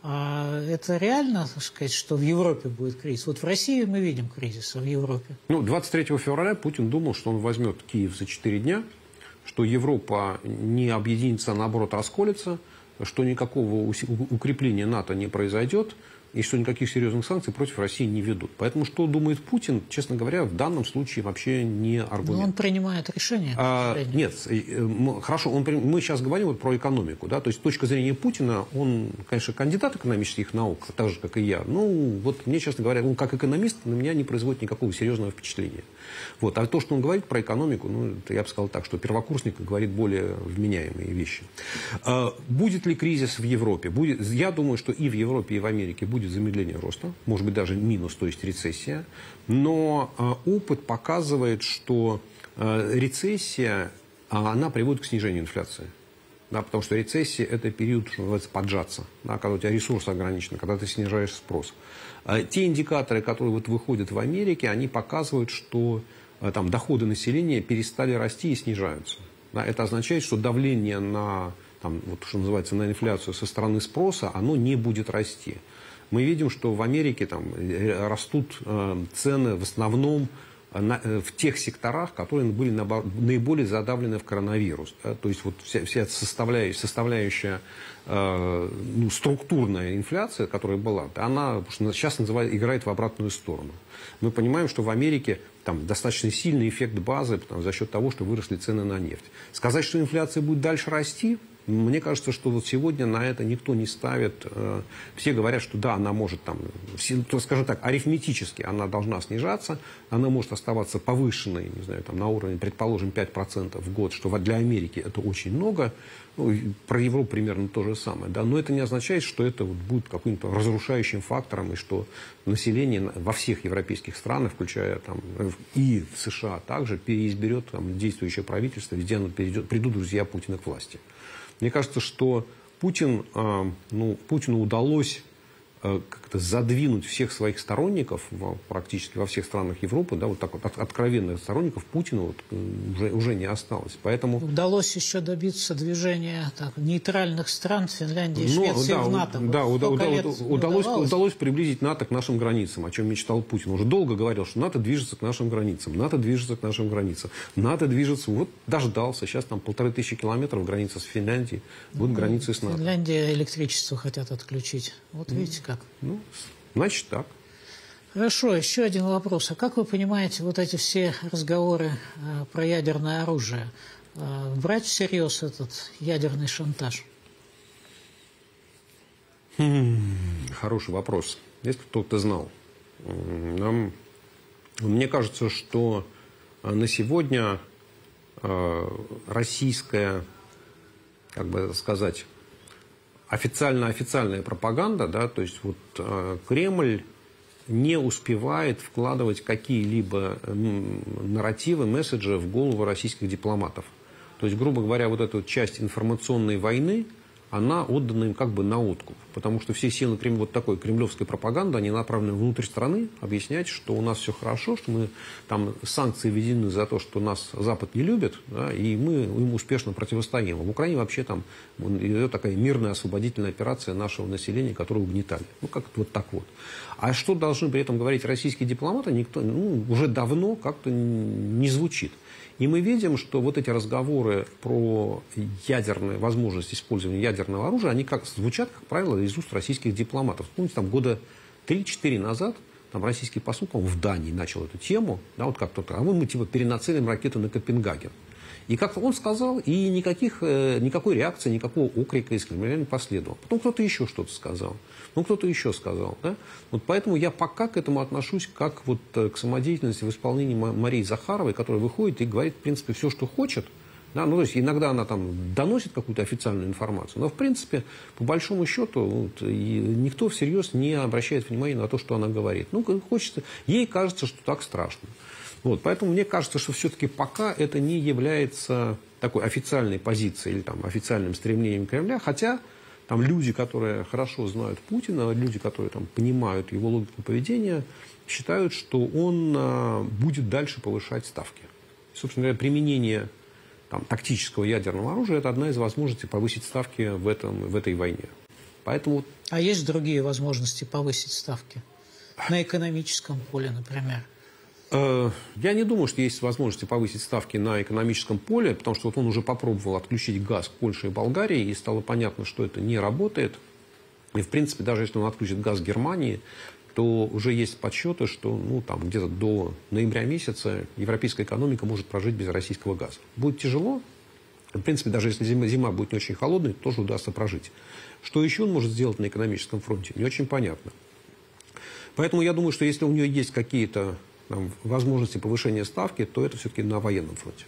А это реально, так сказать, что в Европе будет кризис? Вот в России мы видим кризис, а в Европе? Ну, 23 февраля Путин думал, что он возьмет Киев за 4 дня, что Европа не объединится, а наоборот расколется, что никакого укрепления НАТО не произойдет, и что никаких серьезных санкций против России не ведут. Поэтому, что думает Путин, честно говоря, в данном случае вообще не аргумент. Но он принимает решение. Нет, хорошо, мы сейчас говорим вот про экономику. Да? То есть, с точки зрения Путина, он, конечно, кандидат экономических наук, так же, как и я. Ну, вот мне, честно говоря, он как экономист на меня не производит никакого серьезного впечатления. Вот. А то, что он говорит про экономику, ну, я бы сказал так, что первокурсник говорит более вменяемые вещи. Будет ли кризис в Европе? Я думаю, что и в Европе, и в Америке будет замедление роста, может быть, даже минус, то есть рецессия. Но опыт показывает, что рецессия, она приводит к снижению инфляции. Да, потому что рецессия – это период, что называется, поджаться, да, когда у тебя ресурсы ограничены, когда ты снижаешь спрос. Те индикаторы, которые вот выходят в Америке, они показывают, что там, доходы населения перестали расти и снижаются. Да, это означает, что давление на, там, вот, что называется, на инфляцию со стороны спроса, оно не будет расти. Мы видим, что в Америке там, растут цены в основном в тех секторах, которые были наиболее задавлены в коронавирус. Да? То есть вот вся составляющая структурная инфляция, которая была, она сейчас играет в обратную сторону. Мы понимаем, что в Америке там достаточно сильный эффект базы за счет того, что выросли цены на нефть. Сказать, что инфляция будет дальше расти, мне кажется, что вот сегодня на это никто не ставит. Все говорят, что да, она может, там, скажем так, арифметически она должна снижаться, она может оставаться повышенной, не знаю, там, на уровне, предположим, 5% в год, что для Америки это очень много. Ну, про Европу примерно то же самое. Да? Но это не означает, что это вот будет каким-то разрушающим фактором, и что население во всех европейских странах, включая там, и в США также, переизберет там, действующее правительство, везде придут друзья Путина к власти. Мне кажется, что Путину удалось как-то задвинуть всех своих сторонников практически во всех странах Европы, да, вот так вот откровенных сторонников Путина вот, уже не осталось. Поэтому... Удалось еще добиться движения нейтральных стран Финляндии и Швеции в НАТО. Да, удалось приблизить НАТО к нашим границам, о чем мечтал Путин. Уже долго говорил, что НАТО движется к нашим границам, НАТО движется к нашим границам. НАТО движется, вот дождался, сейчас там 1500 километров граница с Финляндией, вот границы с НАТО. Финляндия электричество хотят отключить. Вот видите как. Ну, значит так. Хорошо, еще один вопрос. А как вы понимаете вот эти все разговоры про ядерное оружие? Брать всерьез этот ядерный шантаж? Хороший вопрос. Если кто-то знал. Мне кажется, что на сегодня российская, как бы сказать, официальная пропаганда, да, то есть вот Кремль не успевает вкладывать какие-либо нарративы, месседжи в голову российских дипломатов. То есть, грубо говоря, вот эта часть информационной войны, она отдана им как бы на откуп. Потому что все силы вот такой кремлевской пропаганды, они направлены внутрь страны объяснять, что у нас все хорошо, что мы там санкции введены за то, что нас Запад не любит, да, и мы им успешно противостоим. В Украине вообще там идет такая мирная освободительная операция нашего населения, которое угнетали. Ну, как-то вот так вот. А что должны при этом говорить российские дипломаты, никто уже давно как-то не звучит. И мы видим, что вот эти разговоры про ядерную возможность использования ядерного оружия, они звучат, как правило, из уст российских дипломатов. Помните, там года 3-4 назад там российский посол, по-моему, в Дании начал эту тему, да, вот как только, а мы типа перенацелим ракеты на Копенгаген. И как-то он сказал, и никакой реакции, никакого окрика из Кремля не последовало. Потом кто-то еще что-то сказал. Ну, кто-то еще сказал. Да? Вот поэтому я пока к этому отношусь как вот к самодеятельности в исполнении Марии Захаровой, которая выходит и говорит, в принципе, все, что хочет. Да? Ну, то есть иногда она там доносит какую-то официальную информацию, но, в принципе, по большому счету, вот, никто всерьез не обращает внимания на то, что она говорит. Ну, хочется, ей кажется, что так страшно. Вот, поэтому мне кажется, что все-таки пока это не является такой официальной позицией или там, официальным стремлением Кремля, хотя там люди, которые хорошо знают Путина, люди, которые там, понимают его логику поведения, считают, что он будет дальше повышать ставки. Собственно говоря, применение там, тактического ядерного оружия – это одна из возможностей повысить ставки в этой войне. Поэтому... А есть другие возможности повысить ставки? На экономическом поле, например? Я не думаю, что есть возможности повысить ставки на экономическом поле, потому что вот он уже попробовал отключить газ к Польше и Болгарии, и стало понятно, что это не работает. И, в принципе, даже если он отключит газ Германии, то уже есть подсчеты, что ну, там, где-то до ноября месяца европейская экономика может прожить без российского газа. Будет тяжело. В принципе, даже если зима будет не очень холодной, тоже удастся прожить. Что еще он может сделать на экономическом фронте, не очень понятно. Поэтому я думаю, что если у нее есть какие-то возможности повышения ставки, то это все-таки на военном фронте.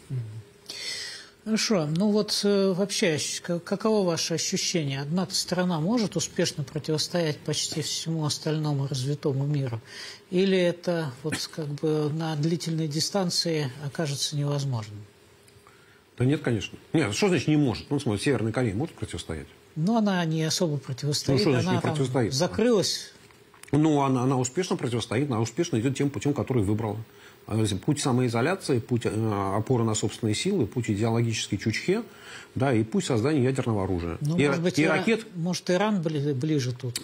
Хорошо. Ну вот вообще, каково ваше ощущение? Одна страна может успешно противостоять почти всему остальному развитому миру? Или это вот как бы на длительной дистанции окажется невозможным? Да нет, конечно. Нет, что значит не может? Ну, смотри, Северная Корея может противостоять? Ну, она не особо противостоит. Ну, что значит она не противостоит? Закрылась. Ну, она успешно противостоит, она успешно идет тем путем, который выбрала. Путь самоизоляции, путь опоры на собственные силы, путь идеологической чучхе, да, и путь создания ядерного оружия. Ну, может быть, может, Иран ближе тут?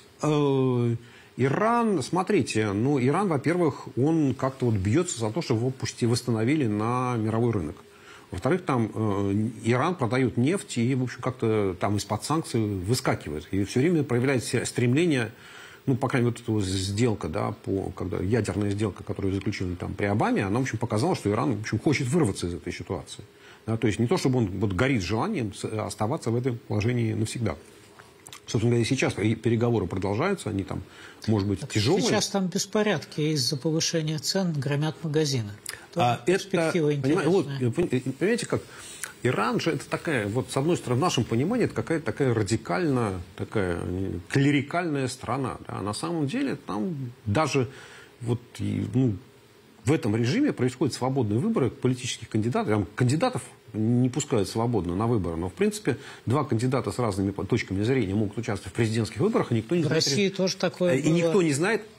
Иран, смотрите, ну, Иран, во-первых, он как-то вот бьется за то, чтобы его пусть восстановили на мировой рынок. Во-вторых, там Иран продает нефть и, в общем, как-то там из-под санкций выскакивает. И все время проявляет стремление... Ну, по крайней мере, вот эта сделка, да, когда ядерная сделка, которую заключили там при Обаме, она, в общем, показала, что Иран, в общем, хочет вырваться из этой ситуации. Да, то есть не то, чтобы он вот горит желанием оставаться в этом положении навсегда. Собственно говоря, сейчас переговоры продолжаются, они там, может быть, тяжелые. Сейчас там беспорядки из-за повышения цен, громят магазины. Перспектива интересная. Вот, понимаете, как... Иран же это такая, вот с одной стороны, в нашем понимании, это какая-то такая радикально, такая клерикальная страна. Да? На самом деле там даже вот, ну, в этом режиме происходят свободные выборы политических кандидатов. Там кандидатов не пускают свободно на выборы, но в принципе два кандидата с разными точками зрения могут участвовать в президентских выборах, и никто не знает... В России тоже такое было. И никто не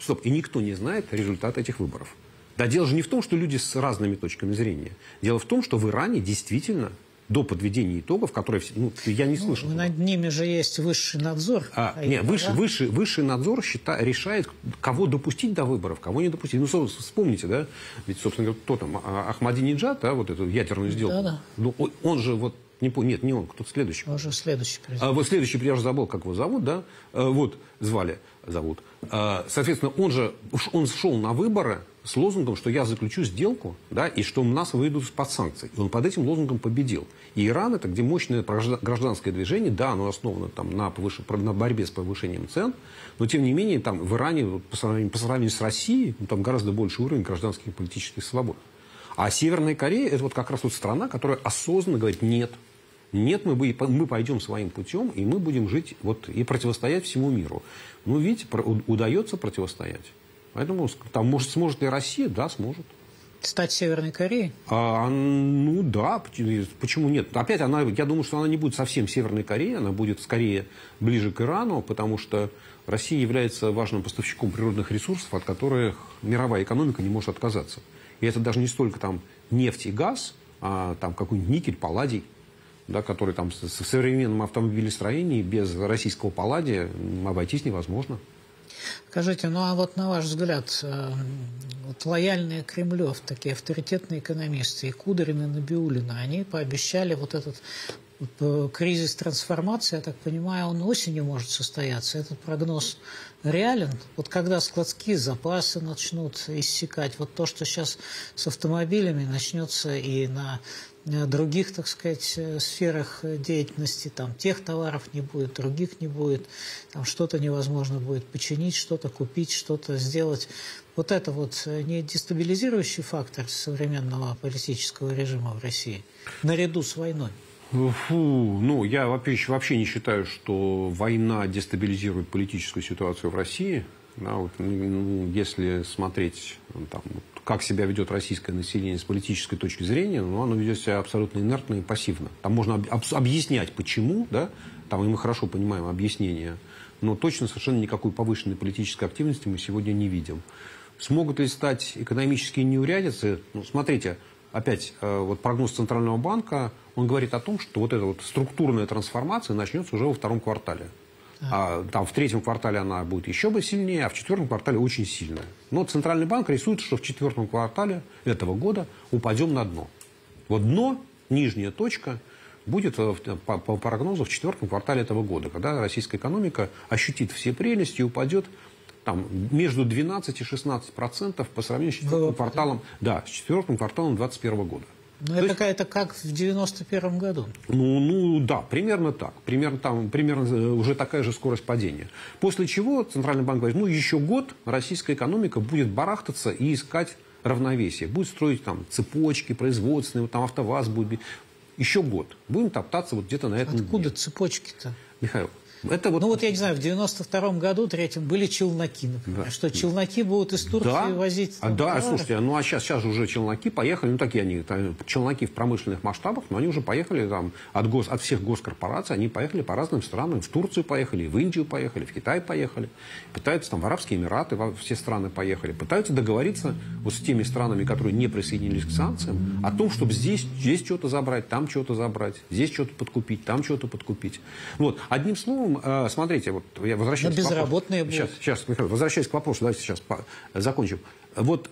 знает результат этих выборов. Да, дело же не в том, что люди с разными точками зрения. Дело в том, что в Иране действительно до подведения итогов, которые я не слышал. Над ними же есть высший надзор. Высший надзор решает, кого допустить до выборов, кого не допустить. Ну, вспомните, да, ведь, собственно говоря, кто там, Ахмадинеджад, да, вот эту ядерную сделку. Да. Ну, он же вот, нет, не он, кто-то следующий. Уже следующий президент. Вот следующий, я уже забыл, как его зовут, да, вот, зовут. Соответственно, он шел на выборы с лозунгом, что я заключу сделку, да, и что нас выведут под санкции. И он под этим лозунгом победил. И Иран, это где мощное гражданское движение, да, оно основано там, на борьбе с повышением цен, но тем не менее там, в Иране по сравнению с Россией там гораздо больше уровень гражданских и политических свобод. А Северная Корея это вот как раз вот страна, которая осознанно говорит нет. Нет, мы пойдем своим путем, и мы будем жить вот, и противостоять всему миру. Ну, видите, удается противостоять. Поэтому там, сможет ли Россия? Да, сможет. Стать Северной Кореей? Ну да, почему нет? Опять я думаю, что она не будет совсем Северной Кореей, она будет скорее ближе к Ирану, потому что Россия является важным поставщиком природных ресурсов, от которых мировая экономика не может отказаться. И это даже не столько там нефть и газ, а там какой-нибудь никель, палладий, да, который там в современном автомобилестроении без российского палладия обойтись невозможно. Скажите, ну а вот на ваш взгляд, вот лояльные Кремлю, такие авторитетные экономисты, и Кудрин, и Набиуллин, они пообещали вот этот кризис трансформации, я так понимаю, он осенью может состояться. Этот прогноз реален? Вот когда складские запасы начнут иссякать, вот то, что сейчас с автомобилями начнется и на других, так сказать, сферах деятельности, там тех товаров не будет, других не будет, там что-то невозможно будет починить, что-то купить, что-то сделать. Вот это вот не дестабилизирующий фактор современного политического режима в России наряду с войной? Ну, я вообще не считаю, что война дестабилизирует политическую ситуацию в России. Да, вот, если смотреть, там, как себя ведет российское население с политической точки зрения, оно ведет себя абсолютно инертно и пассивно. Там можно объяснять, почему, да, там, и мы хорошо понимаем объяснения, но точно совершенно никакой повышенной политической активности мы сегодня не видим. Смогут ли стать экономические неурядицы? Ну, смотрите, опять, вот прогноз Центрального банка, он говорит о том, что вот эта вот структурная трансформация начнется уже во втором квартале. Там в третьем квартале она будет еще бы сильнее, а в четвертом квартале очень сильная. Но Центральный банк рисует, что в четвертом квартале этого года упадем на дно. Вот дно, нижняя точка, будет по прогнозу в четвертом квартале этого года, когда российская экономика ощутит все прелести и упадет там, между 12 и 16% по сравнению с четвертым кварталом, да, с четвертым кварталом 2021 года. Ну, это как в 91 году. Ну, да, примерно так. Примерно уже такая же скорость падения. После чего Центральный банк говорит, еще год российская экономика будет барахтаться и искать равновесие. Будет строить там цепочки производственные, там АвтоВАЗ будет. Еще год. Будем топтаться вот где-то на этом дне. Откуда цепочки-то? Михаил, это вот... Ну вот я не знаю, в 92-м году, третьем, были челноки, например. Да. Что челноки будут из Турции возить? Там, да, слушайте, ну а сейчас же уже челноки поехали, ну такие они, челноки в промышленных масштабах, но они уже поехали там от всех госкорпораций, они поехали по разным странам, в Турцию поехали, в Индию поехали, в Китай поехали, пытаются там в Арабские Эмираты, во все страны поехали, пытаются договориться вот с теми странами, которые не присоединились к санкциям, о том, чтобы здесь что-то забрать, там что-то забрать, здесь что-то подкупить, там что-то подкупить. Вот, одним словом, смотрите, вот я возвращаюсь к вопросу. Безработные будут. Сейчас, Михаил, возвращаясь к вопросу, давайте сейчас закончим. Вот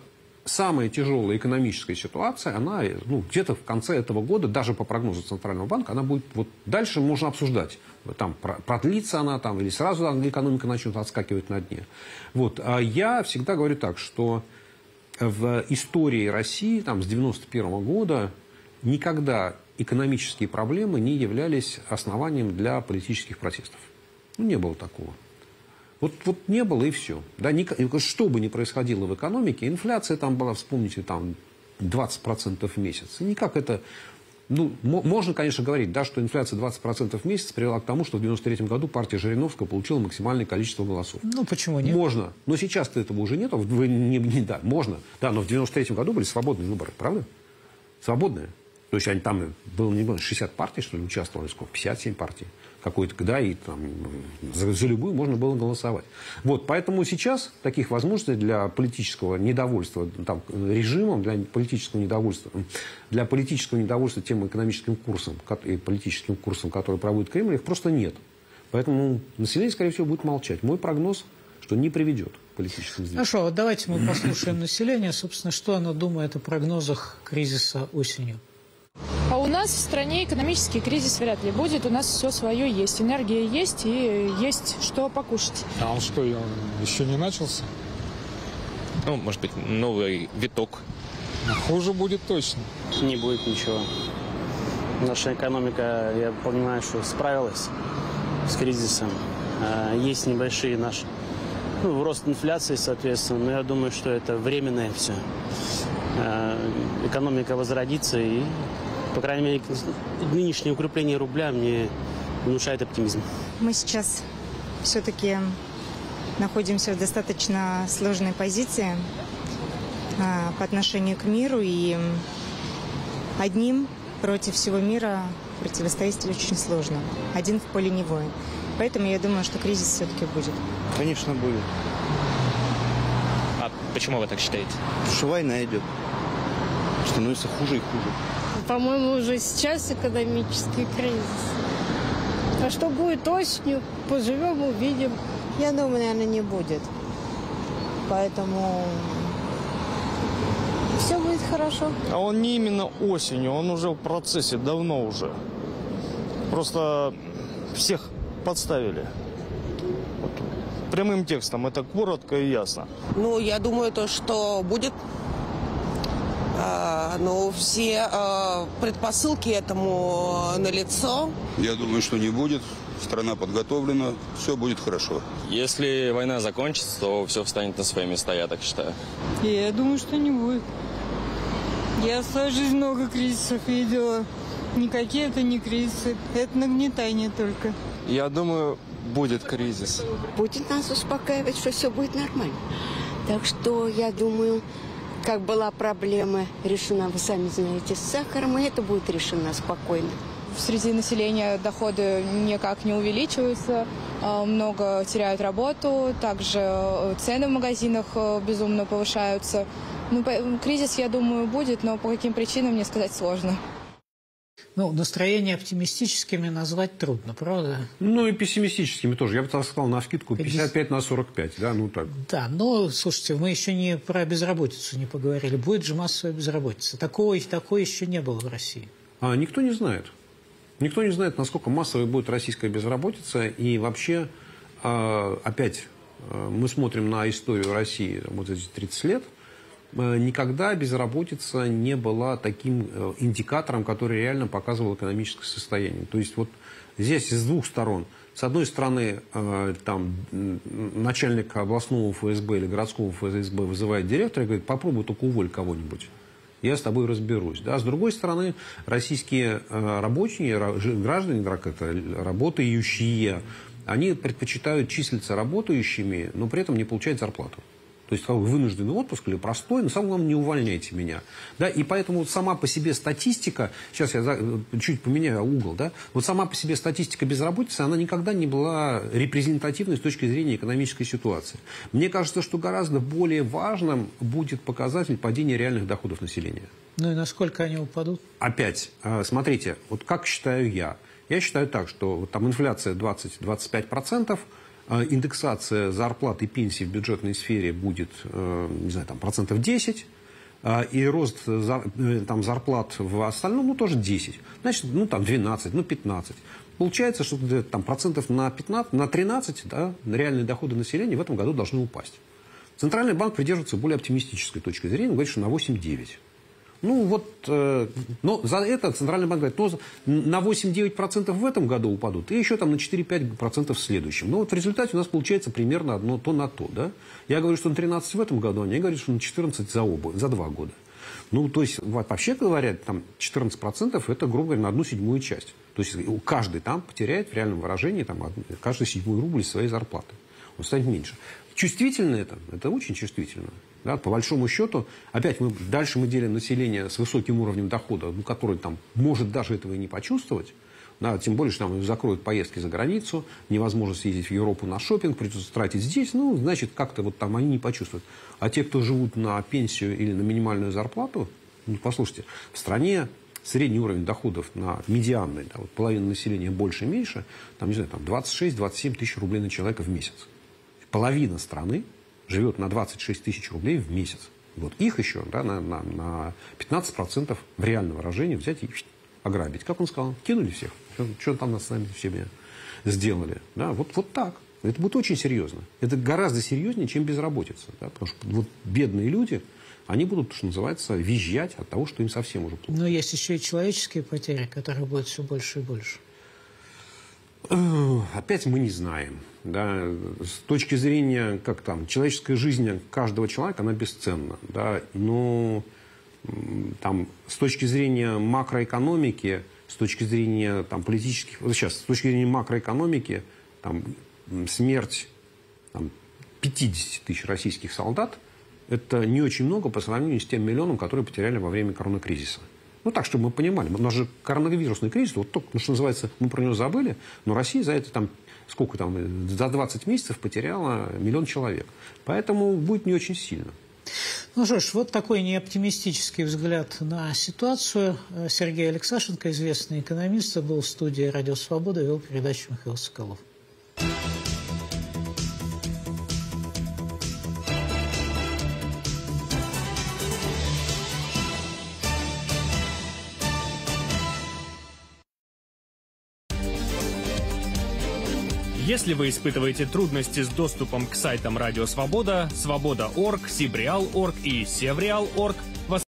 самая тяжелая экономическая ситуация, она где-то в конце этого года, даже по прогнозу Центрального банка, она будет, вот дальше можно обсуждать, там, продлится она там, или сразу экономика начнет отскакивать на дне. Вот, я всегда говорю так, что в истории России там, с 91 года никогда экономические проблемы не являлись основанием для политических протестов. Ну, не было такого. Вот не было и все. Да, что бы ни происходило в экономике, инфляция там была, вспомните, там 20% в месяц. И никак это... Ну, можно, конечно, говорить, да, что инфляция 20% в месяц привела к тому, что в 1993 году партия Жириновского получила максимальное количество голосов. Ну, почему нет? Можно. Но сейчас-то этого уже нет. Да, можно. Да, но в 1993 году были свободные выборы, правда? Свободные. То есть они там было, не было, 60 партий, что ли, участвовали, сколько? 57 партий. Какой-то, да, и там за любую можно было голосовать. Вот, поэтому сейчас таких возможностей для политического недовольства там, режимом, для политического недовольства тем экономическим курсом и политическим курсом, который проводит Кремль, их просто нет. Поэтому население, скорее всего, будет молчать. Мой прогноз, что не приведет к политическим сдвигам. Хорошо, вот давайте мы послушаем население, собственно, что оно думает о прогнозах кризиса осенью. А у нас в стране экономический кризис вряд ли будет. У нас все свое есть. Энергия есть и есть что покушать. А он что, еще не начался? Ну, может быть, новый виток. Хуже будет точно. Не будет ничего. Наша экономика, я понимаю, что справилась с кризисом. Есть небольшие наши... рост инфляции, соответственно, но я думаю, что это временное все. Экономика возродится и, по крайней мере, нынешнее укрепление рубля мне внушает оптимизм. Мы сейчас все-таки находимся в достаточно сложной позиции. по отношению к миру, и одним против всего мира противостоять очень сложно. Один в поле не воин. Поэтому я думаю, что кризис все-таки будет. Конечно, будет. А почему вы так считаете? Потому что война идет. Становится хуже и хуже. По-моему, уже сейчас экономический кризис. А что будет осенью, поживем, увидим. Я думаю, наверное, не будет. Поэтому все будет хорошо. А он не именно осенью, он уже в процессе, давно уже. Просто всех подставили. Вот. Прямым текстом, это коротко и ясно. Ну, я думаю, то, что будет. Но все предпосылки этому налицо. Я думаю, что не будет. Страна подготовлена, все будет хорошо. Если война закончится, то все встанет на свои места, я так считаю. Я думаю, что не будет. Я в свою жизнь много кризисов видела. Никакие это не кризисы, это нагнетание только. Я думаю, будет кризис. Будет нас успокаивать, что все будет нормально. Так что, я думаю, как была проблема решена, вы сами знаете, с сахаром, и это будет решено спокойно. Среди населения доходы никак не увеличиваются, много теряют работу, также цены в магазинах безумно повышаются. Ну, кризис, я думаю, будет, но по каким причинам мне сказать сложно. Ну, настроения оптимистическими назвать трудно, правда? Ну, и пессимистическими тоже. Я бы так сказал, навскидку 55 на 45, да, ну так. Да, но, слушайте, мы еще не про безработицу не поговорили. Будет же массовая безработица. Такой еще не было в России. Никто не знает. Никто не знает, насколько массовой будет российская безработица. И вообще, опять, мы смотрим на историю России вот эти 30 лет. Никогда безработица не была таким индикатором, который реально показывал экономическое состояние. То есть вот здесь с двух сторон. С одной стороны, там, начальник областного ФСБ или городского ФСБ вызывает директора и говорит: попробуй только уволь кого-нибудь, я с тобой разберусь. Да? С другой стороны, российские рабочие, граждане, работающие, они предпочитают числиться работающими, но при этом не получать зарплату. То есть вынужденный отпуск или простой, но самое главное, не увольняйте меня. Да? И поэтому вот сама по себе статистика, сейчас я чуть поменяю угол, да? Вот сама по себе статистика безработицы, она никогда не была репрезентативной с точки зрения экономической ситуации. Мне кажется, что гораздо более важным будет показатель падения реальных доходов населения. Ну и насколько они упадут? Опять, смотрите, вот как считаю я. Я считаю так, что вот там инфляция 20-25%, индексация зарплат и пенсий в бюджетной сфере будет, не знаю, там, 10%, и рост там, зарплат в остальном, ну, тоже 10%. Значит, ну, там, 12%, ну, 15%. Получается, что там процентов на 15, на 13, да, реальные доходы населения в этом году должны упасть. Центральный банк придерживается более оптимистической точки зрения, говорит, что на 8-9%. Ну, вот, но за это Центральный банк говорит, ну, на 8-9% в этом году упадут, и еще там на 4-5% в следующем. Но вот в результате у нас получается примерно одно то на то, да. Я говорю, что на 13 в этом году, они говорят, что на 14 за 2 года. Ну, то есть, вообще говоря, там 14% это, грубо говоря, на 1/7 часть. То есть, каждый там потеряет в реальном выражении, там, каждый 7 рубль из своей зарплаты. Он станет меньше. Чувствительно это очень чувствительно. Да, по большому счету, опять дальше мы делим население с высоким уровнем дохода, ну, который там может даже этого и не почувствовать. Да, тем более, что там закроют поездки за границу, невозможно съездить в Европу на шопинг, придется тратить здесь, ну, значит, как-то вот там они не почувствуют. А те, кто живут на пенсию или на минимальную зарплату, ну, послушайте, в стране средний уровень доходов на медианный, да, вот половина населения больше-меньше, там, не знаю, там 26-27 тысяч рублей на человека в месяц. Половина страны живет на 26 тысяч рублей в месяц. Вот их еще, да, на 15% в реальном выражении взять и ограбить. Как он сказал? Кинули всех. Что там с нами все сделали. Да, вот так. Это будет очень серьезно. Это гораздо серьезнее, чем безработица. Да, потому что вот бедные люди, они будут, что называется, визжать от того, что им совсем уже плохо. Но есть еще и человеческие потери, которые будут все больше и больше. Опять мы не знаем. Да. С точки зрения, как там, человеческая жизнь каждого человека, она бесценна. Да. Но там, с точки зрения макроэкономики, с точки зрения там, политических... Вот сейчас, с точки зрения макроэкономики, там, смерть там, 50 тысяч российских солдат это не очень много по сравнению с тем миллионом, которые потеряли во время коронакризиса. Ну, так, чтобы мы понимали. У нас же коронавирусный кризис, вот только, что называется, мы про него забыли, но Россия за это там, сколько там, за 20 месяцев потеряла 1 миллион человек. Поэтому будет не очень сильно. Ну что ж, вот такой неоптимистический взгляд на ситуацию. Сергей Алексашенко, известный экономист, был в студии «Радио Свобода», вел передачу Михаил Соколов. Если вы испытываете трудности с доступом к сайтам Радио Свобода, Свобода.орг, Сибреал.орг и Севреал.орг,